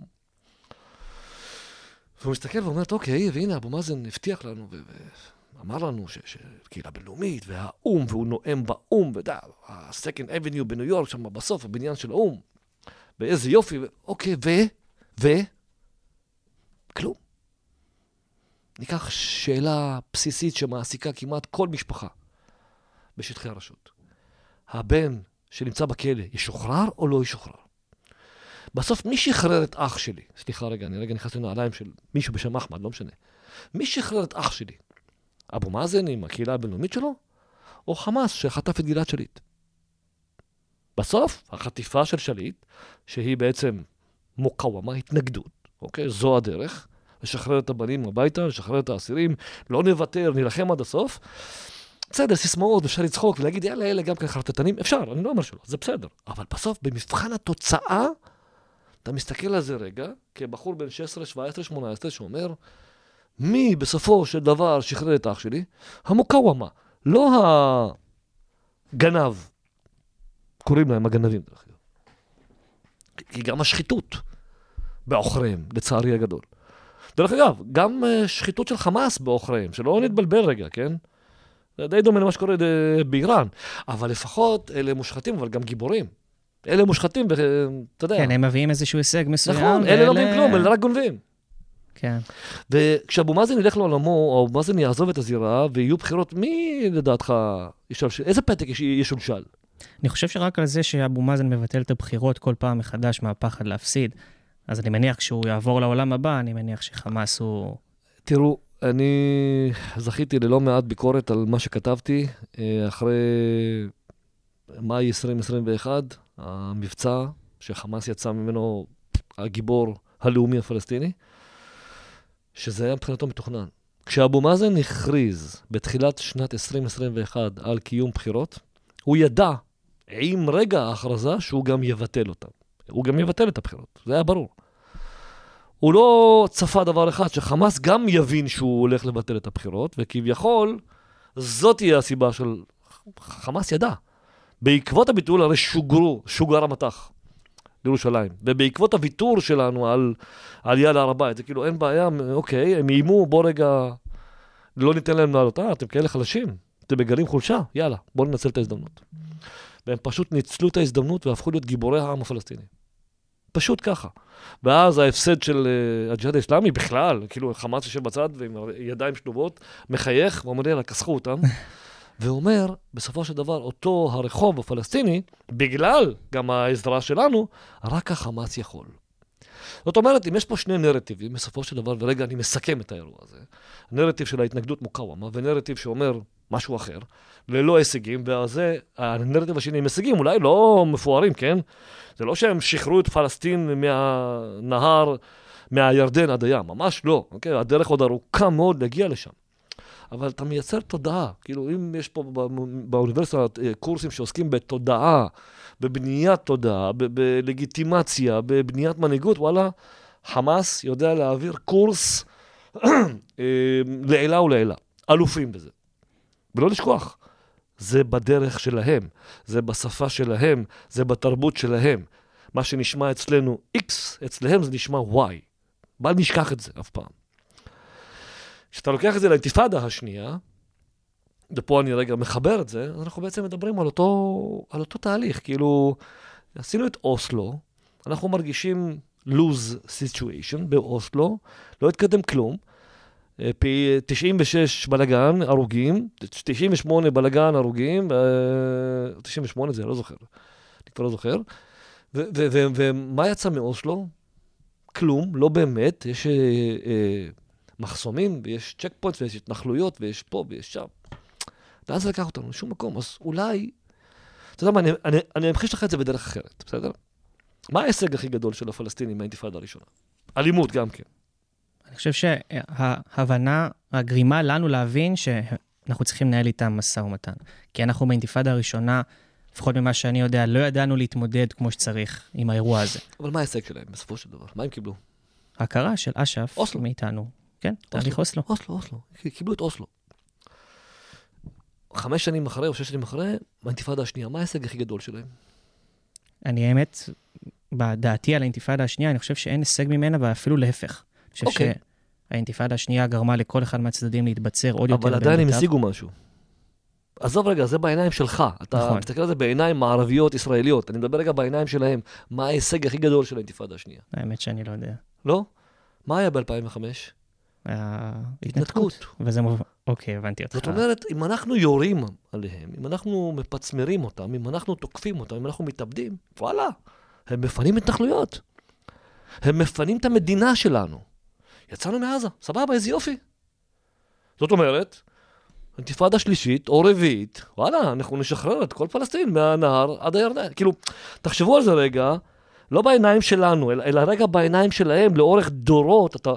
והוא מסתכל ואומר, אוקיי, והנה, אבו מאזן הבטיח לנו, ו... אמר לנו שקהילה בינלאומית, והאום, והוא נואם באום, ודע, ה-Second Avenue בניו יורק, שם בסוף, הבניין של האום, באיזה יופי, אוקיי, ו, ו, כלום. ניקח שאלה בסיסית שמעסיקה כמעט כל משפחה בשטחי הרשות. הבן שנמצא בכלא, ישוחרר או לא ישוחרר? בסוף, מי שחרר את אח שלי? סליחה רגע, אני רגע נכנס לנעליים של מישהו בשם אחמד, לא משנה. מי שחרר את אח שלי? אבו מאזן עם הקהילה הבינלאומית שלו, או חמאס שחטף את גלעד שליט. בסוף, החטיפה של שליט, שהיא בעצם מוקאוומה, התנגדות, אוקיי? זו הדרך, לשחרר את הבנים הביתה, לשחרר את האסירים, לא נוותר, נלחם עד הסוף. בסדר, סיסמאות, אפשר לצחוק ולהגיד, יאללה, אלה גם כאן חרטטנים, אפשר, אני לא אומר שלא, זה בסדר. אבל בסוף, במבחן התוצאה, אתה מסתכל על זה רגע, כבחור בן שש עשרה, שבע עשרה, שמונה עשרה, שאומר, מי בסופו של דבר שחרר את אח שלי? המוקאוומה, לא הגנב. קוראים להם הגנבים. כי גם השחיתות באוכריהם, לצערי הגדול. דרך אגב, גם שחיתות של חמאס באוכריהם, שלא נתבלבל רגע, כן? זה די דומה למה שקורה באיראן. אבל לפחות אלה מושחתים, אבל גם גיבורים. אלה מושחתים, אתה יודע. כן, הם מביאים איזשהו הישג מסוים. נכון, אלה לא מביאים כלום, אלה רק גונבים. כן. וכשאבו מאזן ילך לעולמו, או אבו מאזן יעזוב את הזירה, ויהיו בחירות, מי לדעתך ישלשל? איזה פתק ישולשל? אני חושב שרק על זה שאבו מאזן מבטל את הבחירות כל פעם מחדש מהפחד להפסיד, אז אני מניח שהוא יעבור לעולם הבא, אני מניח שחמאס הוא... תראו, אני זכיתי ללא מעט ביקורת על מה שכתבתי, אחרי מאי עשרים עשרים ואחת, המבצע שחמאס יצא ממנו הגיבור הלאומי הפלסטיני, שזה היה מבחינתו מתוכנן. כשאבו מאזן הכריז בתחילת שנת עשרים עשרים ואחת על קיום בחירות, הוא ידע עם רגע ההכרזה שהוא גם יבטל אותם. הוא גם יבטל את הבחירות, זה היה ברור. הוא לא צפה דבר אחד, שחמאס גם יבין שהוא הולך לבטל את הבחירות, וכביכול זאת תהיה הסיבה של... חמאס ידע. בעקבות הביטול הרי שוגרו, שוגר המתח לירושלים, ובעקבות הוויתור שלנו על עלייה להר הבית, זה כאילו אין בעיה, אוקיי, הם איימו, בוא רגע, לא ניתן להם לעלות, אה, אתם כאלה חלשים, אתם מגלים חולשה, יאללה, בוא ננצל את ההזדמנות. והם פשוט ניצלו את ההזדמנות והפכו להיות גיבורי העם הפלסטיני. פשוט ככה. ואז ההפסד של uh, הג'יהאד האסלאמי בכלל, כאילו חמאס יושב בצד ועם ידיים שלובות, מחייך ואומר, יאללה, כסחו אותם. ואומר, בסופו של דבר, אותו הרחוב הפלסטיני, בגלל גם העזרה שלנו, רק החמאס יכול. זאת אומרת, אם יש פה שני נרטיבים, בסופו של דבר, ורגע אני מסכם את האירוע הזה, נרטיב של ההתנגדות מוקאוומה, ונרטיב שאומר משהו אחר, ללא הישגים, וזה, הנרטיב השני עם הישגים, אולי לא מפוארים, כן? זה לא שהם שחררו את פלסטין מהנהר, מהירדן עד הים, ממש לא, אוקיי? הדרך עוד ארוכה מאוד להגיע לשם. אבל אתה מייצר תודעה, כאילו אם יש פה באוניברסיטה קורסים שעוסקים בתודעה, בבניית תודעה, בלגיטימציה, בבניית מנהיגות, וואלה, חמאס יודע להעביר קורס לעילה ולעילה, אלופים בזה. ולא לשכוח, זה בדרך שלהם, זה בשפה שלהם, זה בתרבות שלהם. מה שנשמע אצלנו X, אצלהם זה נשמע Y. בל נשכח את זה אף פעם. כשאתה לוקח את זה לאינתיפאדה השנייה, ופה אני רגע מחבר את זה, אז אנחנו בעצם מדברים על אותו, על אותו תהליך. כאילו, עשינו את אוסלו, אנחנו מרגישים lose situation באוסלו, לא התקדם כלום, פי תשעים ושש בלגן, הרוגים, תשעים ושמונה בלגן, הרוגים, תשעים ושמונה זה, לא זוכר, אני כבר לא זוכר, ומה יצא מאוסלו? כלום, לא באמת, יש מחסומים, ויש צ'ק פוינטס, ויש התנחלויות, ויש פה, ויש שם. לאן זה לקח אותנו? שום מקום. אז אולי, אתה יודע מה, אני, אני, אני אמחיש לך את זה בדרך אחרת, בסדר? מה ההישג הכי גדול של הפלסטינים מהאינתיפאדה הראשונה? אלימות גם כן. אני חושב שההבנה, הגרימה לנו להבין שאנחנו צריכים לנהל איתם משא ומתן. כי אנחנו באינתיפאדה הראשונה, לפחות ממה שאני יודע, לא ידענו להתמודד כמו שצריך עם האירוע הזה. אבל מה ההישג שלהם בסופו של דבר? מה הם קיבלו? ההכרה של אש"ף אוסלו. מאיתנו. כן, תהליך אוסלו. אוסלו, אוסלו. קיבלו את אוסלו. חמש שנים אחרי או שש שנים אחרי, באינתיפאדה השנייה, מה ההישג הכי גדול שלהם? אני האמת, בדעתי על האינתיפאדה השנייה, אני חושב שאין הישג ממנה, ואפילו להפך. אני חושב אוקיי. שהאינתיפאדה השנייה גרמה לכל אחד מהצדדים להתבצר עוד יותר. אבל עדיין הם בעמדותיו. השיגו משהו. עזוב רגע, זה בעיניים שלך. אתה נכון. מסתכל על זה בעיניים מערביות, ישראליות. אני מדבר רגע בעיניים שלהם. מה ההישג הכי גדול של האינתיפאדה השנייה? האמת שאני לא יודע. לא? מה היה ב-אלפיים וחמש? ההתנתקות. וזה מוב... אוקיי, הבנתי אותך. זאת אומרת, אם אנחנו יורים עליהם, אם אנחנו מפצמרים אותם, אם אנחנו תוקפים אותם, אם אנחנו מתאבדים, וואלה, הם מפנים התנחלויות. הם מפנים את המדינה שלנו. יצאנו מעזה, סבבה, איזה יופי. זאת אומרת, אינתיפאדה שלישית או רביעית, וואלה, אנחנו נשחרר את כל פלסטין מהנהר עד הירדן. כאילו, תחשבו על זה רגע, לא בעיניים שלנו, אלא, אלא רגע בעיניים שלהם, לאורך דורות, אתה...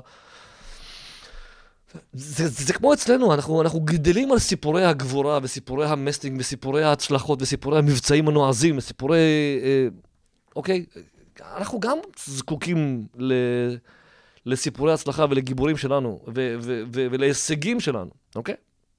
זה, זה, זה כמו אצלנו, אנחנו, אנחנו גדלים על סיפורי הגבורה, וסיפורי המסטינג, וסיפורי ההצלחות, וסיפורי המבצעים הנועזים, וסיפורי... אה, אוקיי? אנחנו גם זקוקים ל... לסיפורי הצלחה ולגיבורים שלנו, ו- ו- ו- ולהישגים שלנו, אוקיי?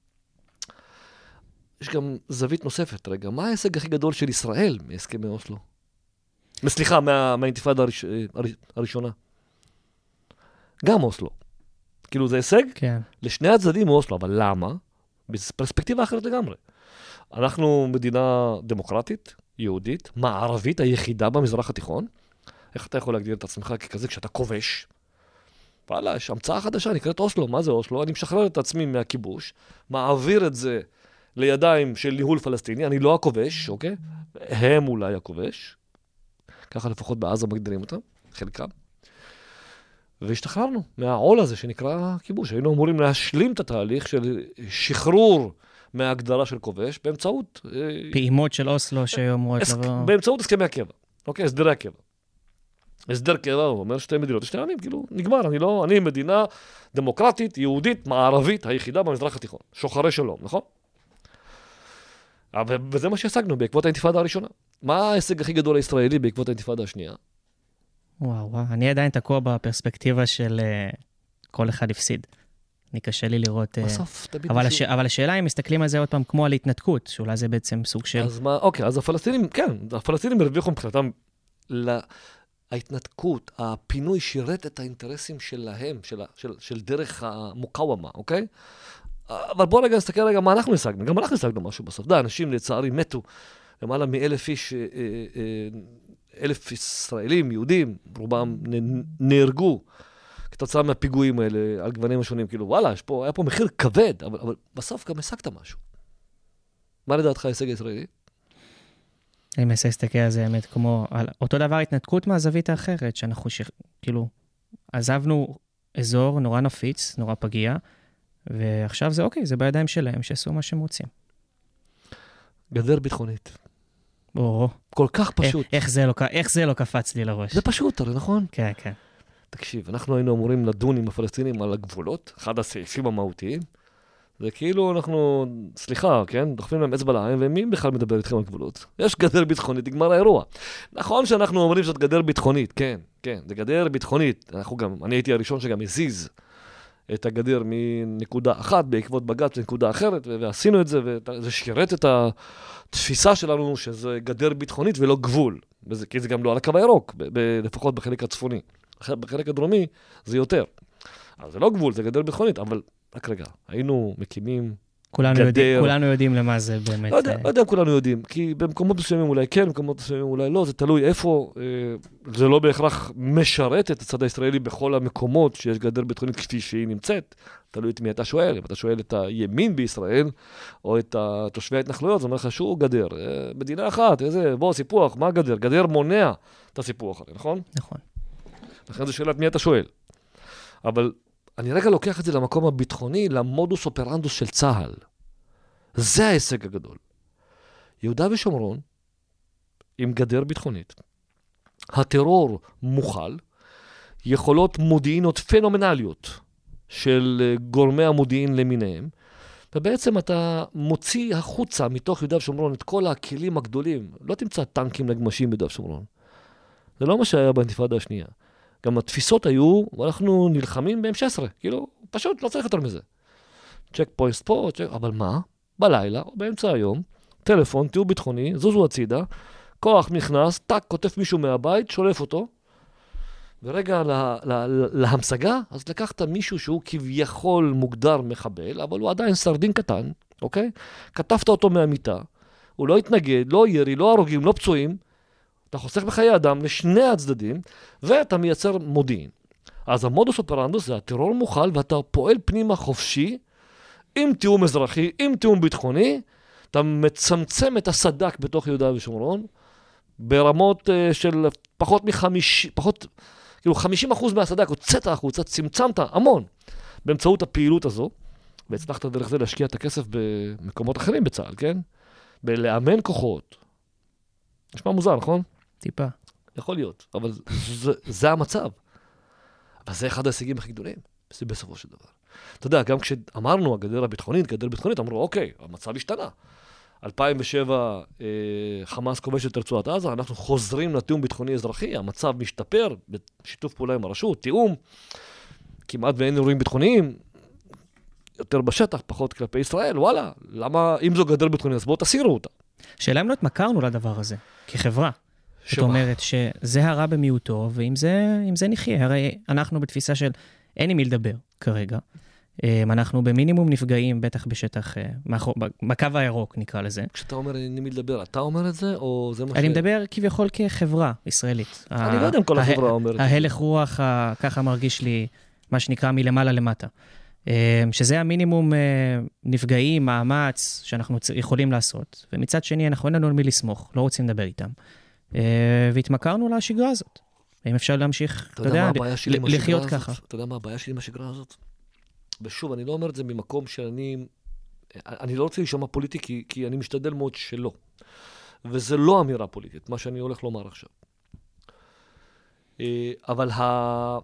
יש גם זווית נוספת, רגע, מה ההישג הכי גדול של ישראל מהסכמי אוסלו? סליחה, מה, מהאינתיפאדה הראש, הראשונה. גם אוסלו. כאילו זה הישג? כן. לשני הצדדים אוסלו, אבל למה? בפרספקטיבה אחרת לגמרי. אנחנו מדינה דמוקרטית, יהודית, מערבית, היחידה במזרח התיכון. איך אתה יכול להגדיר את עצמך ככזה כשאתה כובש? וואלה, יש המצאה חדשה, נקראת אוסלו. מה זה אוסלו? אני משחרר את עצמי מהכיבוש, מעביר את זה לידיים של ניהול פלסטיני, אני לא הכובש, אוקיי? הם אולי הכובש. ככה לפחות בעזה מגדירים אותם, חלקם. והשתחררנו מהעול הזה שנקרא כיבוש. היינו אמורים להשלים את התהליך של שחרור מההגדרה של כובש באמצעות... פעימות של אוסלו שאומרות הס... לבוא... באמצעות הסכמי הקבע. אוקיי, הסדרי הקבע. הסדר קבע, הוא אומר שתי מדינות, שתי עמים, כאילו, נגמר, אני לא, אני מדינה דמוקרטית, יהודית, מערבית, היחידה במזרח התיכון. שוחרי שלום, נכון? וזה מה שהשגנו בעקבות האינתיפאדה הראשונה. מה ההישג הכי גדול הישראלי בעקבות האינתיפאדה השנייה? וואו, וואו, אני עדיין תקוע בפרספקטיבה של uh, כל אחד הפסיד. אני קשה לי לראות... בסוף, uh, תמיד אבל, משהו... הש... אבל השאלה אם מסתכלים על זה עוד פעם כמו על התנתקות, שאולי זה בעצם סוג של... אז מה, אוקיי, אז הפלסטינים, כן, הפלסטינים הרוויחו מבחינתם ל... ההתנתקות, הפינוי שירת את האינטרסים שלהם, של, של, של דרך המוקאוומה, אוקיי? אבל בואו רגע נסתכל רגע מה אנחנו השגנו. גם אנחנו השגנו משהו בסוף. דה, אנשים לצערי מתו, למעלה מאלף איש, אלף ישראלים, יהודים, רובם נהרגו כתוצאה מהפיגועים האלה על גוונים השונים. כאילו, וואלה, יש פה, היה פה מחיר כבד, אבל, אבל בסוף גם השגת משהו. מה לדעתך ההישג הישראלי? אני מנסה להסתכל על זה באמת כמו, על אותו דבר התנתקות מהזווית האחרת, שאנחנו ש... כאילו, עזבנו אזור נורא נפיץ, נורא פגיע, ועכשיו זה אוקיי, זה בידיים שלהם, שעשו מה שהם רוצים. גדר ביטחונית. או, כל כך פשוט. איך, איך, זה לא, איך זה לא קפץ לי לראש? זה פשוט, הרי נכון? כן, כן. תקשיב, אנחנו היינו אמורים לדון עם הפלסטינים על הגבולות, אחד הסעיפים המהותיים, זה כאילו אנחנו, סליחה, כן, דוחפים להם אצבע לעין, ומי בכלל מדבר איתכם על גבולות? יש גדר ביטחונית, נגמר האירוע. נכון שאנחנו אומרים שזאת גדר ביטחונית, כן, כן, זה גדר ביטחונית. אנחנו גם, אני הייתי הראשון שגם הזיז את הגדר מנקודה אחת, בעקבות בג"ץ לנקודה אחרת, ועשינו את זה, וזה שירת את התפיסה שלנו שזה גדר ביטחונית ולא גבול, כי זה גם לא על הקו הירוק, לפחות בחלק הצפוני. בחלק הדרומי זה יותר. אז זה לא גבול, זה גדר ביטחונית, אבל רק רגע, היינו מקימים כולנו גדר. יודעים, כולנו יודעים למה זה באמת. לא יודע, לא יודע אם כולנו יודעים, כי במקומות מסוימים אולי כן, במקומות מסוימים אולי לא, זה תלוי איפה, זה לא בהכרח משרת את הצד הישראלי בכל המקומות שיש גדר ביטחונית כפי שהיא נמצאת, תלוי את מי אתה שואל, אם אתה שואל את הימין בישראל, או את תושבי ההתנחלויות, זה אומר לך שהוא גדר, מדינה אחת, איזה, בוא, סיפוח, מה גדר? גדר מונע את הסיפוח, נכון? נכון. לכן זו שאלה את מי אתה שואל. אבל אני רגע לוקח את זה למקום הביטחוני, למודוס אופרנדוס של צה"ל. זה ההישג הגדול. יהודה ושומרון, עם גדר ביטחונית, הטרור מוכל, יכולות מודיעינות פנומנליות של גורמי המודיעין למיניהם, ובעצם אתה מוציא החוצה מתוך יהודה ושומרון את כל הכלים הגדולים. לא תמצא טנקים נגמשים ביהודה ושומרון. זה לא מה שהיה באינתיפאדה השנייה. גם התפיסות היו, ואנחנו נלחמים ב-אם שש עשרה, כאילו, פשוט לא צריך יותר מזה. צ'ק פוינט פה, צ'ק, אבל מה? בלילה, או באמצע היום, טלפון, תיאור ביטחוני, זוזו הצידה, כוח נכנס, טק, כותב מישהו מהבית, שולף אותו, ורגע לה, לה, להמשגה, אז לקחת מישהו שהוא כביכול מוגדר מחבל, אבל הוא עדיין סרדין קטן, אוקיי? כתבת אותו מהמיטה, הוא לא התנגד, לא ירי, לא הרוגים, לא פצועים, אתה חוסך בחיי אדם לשני הצדדים, ואתה מייצר מודיעין. אז המודוס אופרנדוס זה הטרור מוכל, ואתה פועל פנימה חופשי, עם תיאום אזרחי, עם תיאום ביטחוני, אתה מצמצם את הסדק בתוך יהודה ושומרון, ברמות uh, של פחות מחמיש, פחות, כאילו חמישים אחוז מהסדק, הוצאת החוצה, צמצמת המון, באמצעות הפעילות הזו, והצלחת דרך זה להשקיע את הכסף במקומות אחרים בצה"ל, כן? בלאמן כוחות. נשמע מוזר, נכון? טיפה. יכול להיות, אבל זה, זה המצב. אבל זה אחד ההישגים הכי גדולים, בסופו של דבר. אתה יודע, גם כשאמרנו הגדר הביטחונית, גדר ביטחונית, אמרו, אוקיי, המצב השתנה. אלפיים ושבע אה, חמאס כובש את רצועת עזה, אנחנו חוזרים לתיאום ביטחוני אזרחי, המצב משתפר בשיתוף פעולה עם הרשות, תיאום, כמעט ואין אירועים ביטחוניים, יותר בשטח, פחות כלפי ישראל, וואלה, למה, אם זו גדר ביטחונית, אז בואו תסירו אותה. שאלה אם לא התמכרנו לדבר הזה, כחברה. זאת שמה? אומרת שזה הרע במיעוטו, ואם זה, אם זה נחיה, הרי אנחנו בתפיסה של אין עם מי לדבר כרגע. אנחנו במינימום נפגעים, בטח בשטח, בקו הירוק נקרא לזה. כשאתה אומר אין עם מי לדבר, אתה אומר את זה, או זה מה ש... אני מדבר כביכול כחברה ישראלית. אני לא יודע אם כל החברה אומרת את זה. ההלך רוח, ככה מרגיש לי, מה שנקרא מלמעלה למטה. שזה המינימום נפגעים, מאמץ שאנחנו יכולים לעשות. ומצד שני, אנחנו אין לנו על מי לסמוך, לא רוצים לדבר איתם. והתמכרנו לשגרה הזאת. האם אפשר להמשיך, אתה יודע, לחיות ככה? אתה יודע מה הבעיה שלי עם השגרה הזאת? ושוב, אני לא אומר את זה ממקום שאני... אני לא רוצה להישמע פוליטי, כי, כי אני משתדל מאוד שלא. וזה לא אמירה פוליטית, מה שאני הולך לומר עכשיו. אבל ה...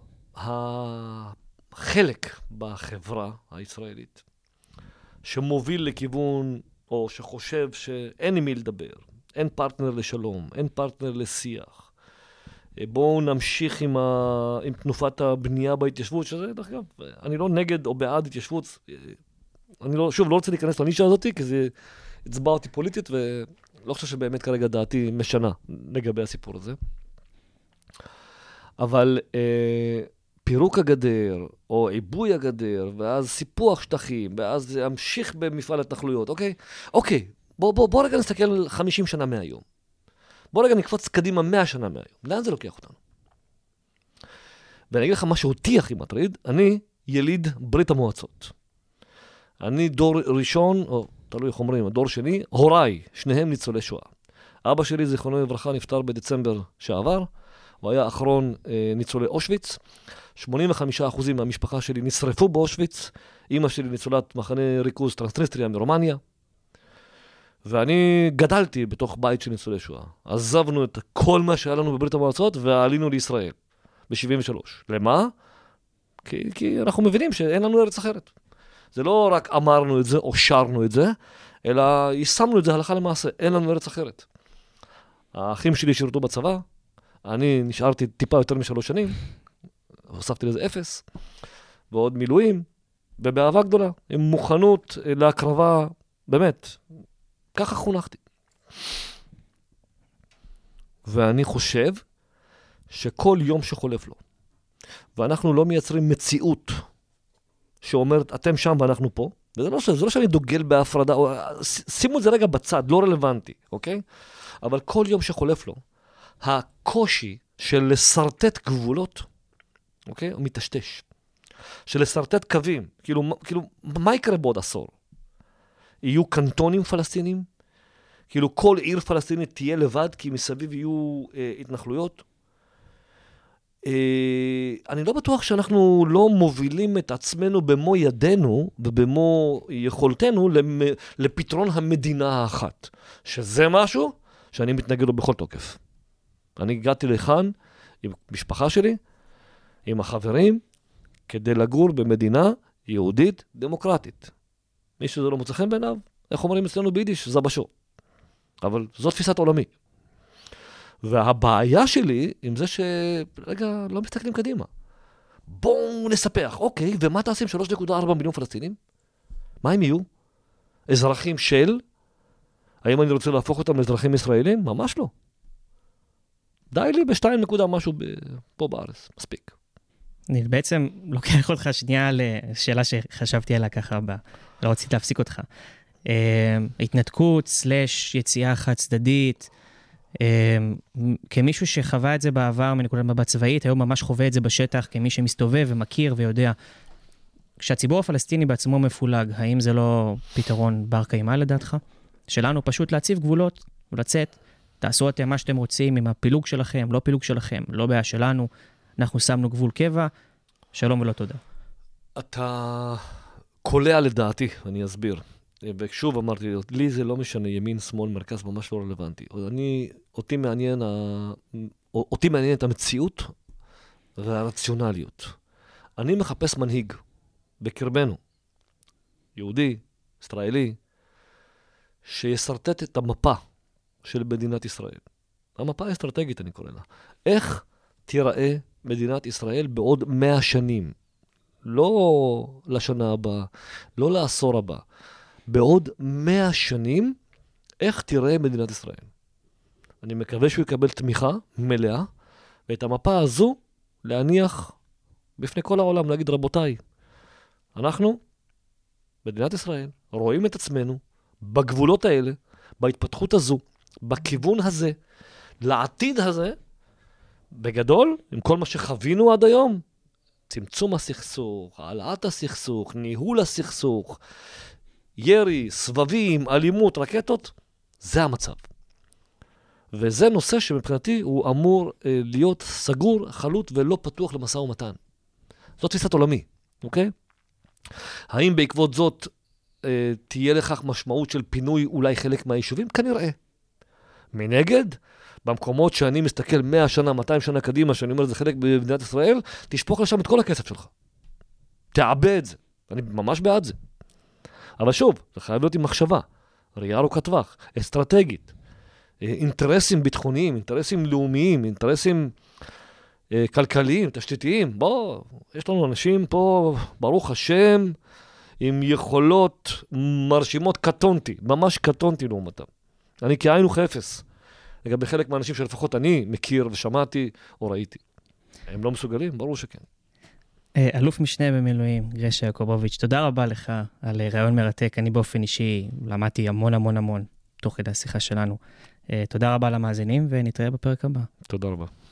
החלק בחברה הישראלית, שמוביל לכיוון, או שחושב שאין עם מי לדבר, אין פרטנר לשלום, אין פרטנר לשיח, בואו נמשיך עם, ה... עם תנופת הבנייה בהתיישבות, שזה, דרך אגב, אני לא נגד או בעד התיישבות, אני לא, שוב, לא רוצה להיכנס לנישה הזאת, כי זה הצבע אותי פוליטית, ולא חושב שבאמת כרגע דעתי משנה לגבי הסיפור הזה. אבל אה, פירוק הגדר, או עיבוי הגדר, ואז סיפוח שטחים, ואז זה המשיך במפעל התנחלויות, אוקיי? אוקיי, בוא, בוא, בוא רגע נסתכל חמישים שנה מהיום. בוא רגע נקפוץ קדימה מאה שנה מהיום. לאן זה לוקח אותנו? ואני אגיד לך משהו אותי הכי מטריד, אני יליד ברית המועצות. אני דור ראשון, או תלוי איך אומרים, דור שני, הוריי, שניהם ניצולי שואה. אבא שלי, זיכרונו לברכה, נפטר בדצמבר שעבר, הוא היה אחרון אה, ניצולי אושוויץ. שמונים וחמישה אחוז מהמשפחה שלי נשרפו באושוויץ. אמא שלי ניצולת מחנה ריכוז טרנסניסטריה מרומניה. ואני גדלתי בתוך בית של ניצולי שואה. עזבנו את כל מה שהיה לנו בברית המועצות ועלינו לישראל ב-שבעים ושלוש. למה? כי, כי אנחנו מבינים שאין לנו ארץ אחרת. זה לא רק אמרנו את זה או שרנו את זה, אלא יישמנו את זה הלכה למעשה. אין לנו ארץ אחרת. האחים שלי שירתו בצבא, אני נשארתי טיפה יותר משלוש שנים, הוספתי לזה אפס, ועוד מילואים, ובאהבה גדולה, עם מוכנות להקרבה, באמת, ככה חונכתי. ואני חושב שכל יום שחולף לו, ואנחנו לא מייצרים מציאות שאומרת, אתם שם ואנחנו פה, וזה לא, זה לא שאני דוגל בהפרדה, או, שימו את זה רגע בצד, לא רלוונטי, אוקיי? אבל כל יום שחולף לו, הקושי של לסרטט גבולות, אוקיי? הוא מתשתש. של לסרטט קווים, כאילו, כאילו, מה יקרה בעוד עשור? יהיו קנטונים פלסטינים? כאילו כל עיר פלסטינית תהיה לבד, כי מסביב יהיו אה, התנחלויות? אה, אני לא בטוח שאנחנו לא מובילים את עצמנו במו ידינו, ובמו יכולתנו, למ, לפתרון המדינה האחת. שזה משהו שאני מתנגד לו בכל תוקף. אני הגעתי לכאן עם משפחה שלי, עם החברים, כדי לגור במדינה יהודית דמוקרטית. מי שזה לא מוצא חן בעיניו, איך אומרים אצלנו ביידיש? זבשו. אבל זו תפיסת עולמי. והבעיה שלי עם זה שרגע לא מסתכלים קדימה. בואו נספח, אוקיי, ומה תעשים שלוש נקודה ארבע מיליון פלסטינים? מה הם יהיו? אזרחים של? האם אני רוצה להפוך אותם לאזרחים ישראלים? ממש לא. די לי בשתיים נקודה משהו פה בארץ, מספיק. אני בעצם לוקח אותך שנייה לשאלה שחשבתי עליה ככה, לא רציתי להפסיק אותך. התנתקות, סלש, יציאה חד צדדית, כמישהו שחווה את זה בעבר מנקודת מבט צבאית, היום ממש חווה את זה בשטח, כמי שמסתובב ומכיר ויודע. כשהציבור הפלסטיני בעצמו מפולג, האם זה לא פתרון בר קיימא לדעתך? שלנו פשוט להציב גבולות ולצאת, תעשו אתם מה שאתם רוצים עם הפילוג שלכם, לא פילוג שלכם, לא בעיה שלנו, אנחנו שמנו גבול קבע, שלום ולא תודה. אתה קולע לדעתי, אני אסביר. ושוב אמרתי, לי זה לא משנה, ימין, שמאל, מרכז, ממש לא רלוונטי. אני, אותי מעניין, אותי מעניין את המציאות והרציונליות. אני מחפש מנהיג בקרבנו, יהודי, ישראלי, שיסרטט את המפה של מדינת ישראל. המפה האסטרטגית אני קורא לה. איך תיראה מדינת ישראל בעוד מאה שנים? לא לשנה הבאה, לא לעשור הבא. בעוד מאה שנים, איך תיראה מדינת ישראל? אני מקווה שהוא יקבל תמיכה מלאה, ואת המפה הזו להניח בפני כל העולם, להגיד רבותיי, אנחנו, מדינת ישראל, רואים את עצמנו בגבולות האלה, בהתפתחות הזו, בכיוון הזה, לעתיד הזה, בגדול, עם כל מה שחווינו עד היום, צמצום הסכסוך, העלאת הסכסוך, ניהול הסכסוך, ירי, סבבים, אלימות, רקטות, זה המצב. וזה נושא שמבחינתי הוא אמור אה, להיות סגור, חלוט ולא פתוח למשא ומתן. זאת תפיסת עולמי, אוקיי? האם בעקבות זאת אה, תהיה לכך משמעות של פינוי אולי חלק מהיישובים? כנראה. מנגד, במקומות שאני מסתכל מאה שנה, מאתיים שנה קדימה, שאני אומר זה חלק במדינת ישראל, תשפוך לשם את כל הכסף שלך. תעבה את זה. אני ממש בעד זה. אבל שוב, זה חייב להיות עם מחשבה, ראייה ארוכת טווח, אסטרטגית, אינטרסים ביטחוניים, אינטרסים לאומיים, אינטרסים אה, כלכליים, תשתיתיים. בוא, יש לנו אנשים פה, ברוך השם, עם יכולות מרשימות קטונתי, ממש קטונתי לעומתם. אני כעין וכאפס, לגבי חלק מהאנשים שלפחות אני מכיר ושמעתי או ראיתי. הם לא מסוגלים? ברור שכן. אלוף משנה במילואים, גרשה יעקובוביץ', תודה רבה לך על רעיון מרתק. אני באופן אישי למדתי המון המון המון תוך כדי השיחה שלנו. תודה רבה למאזינים ונתראה בפרק הבא. תודה רבה.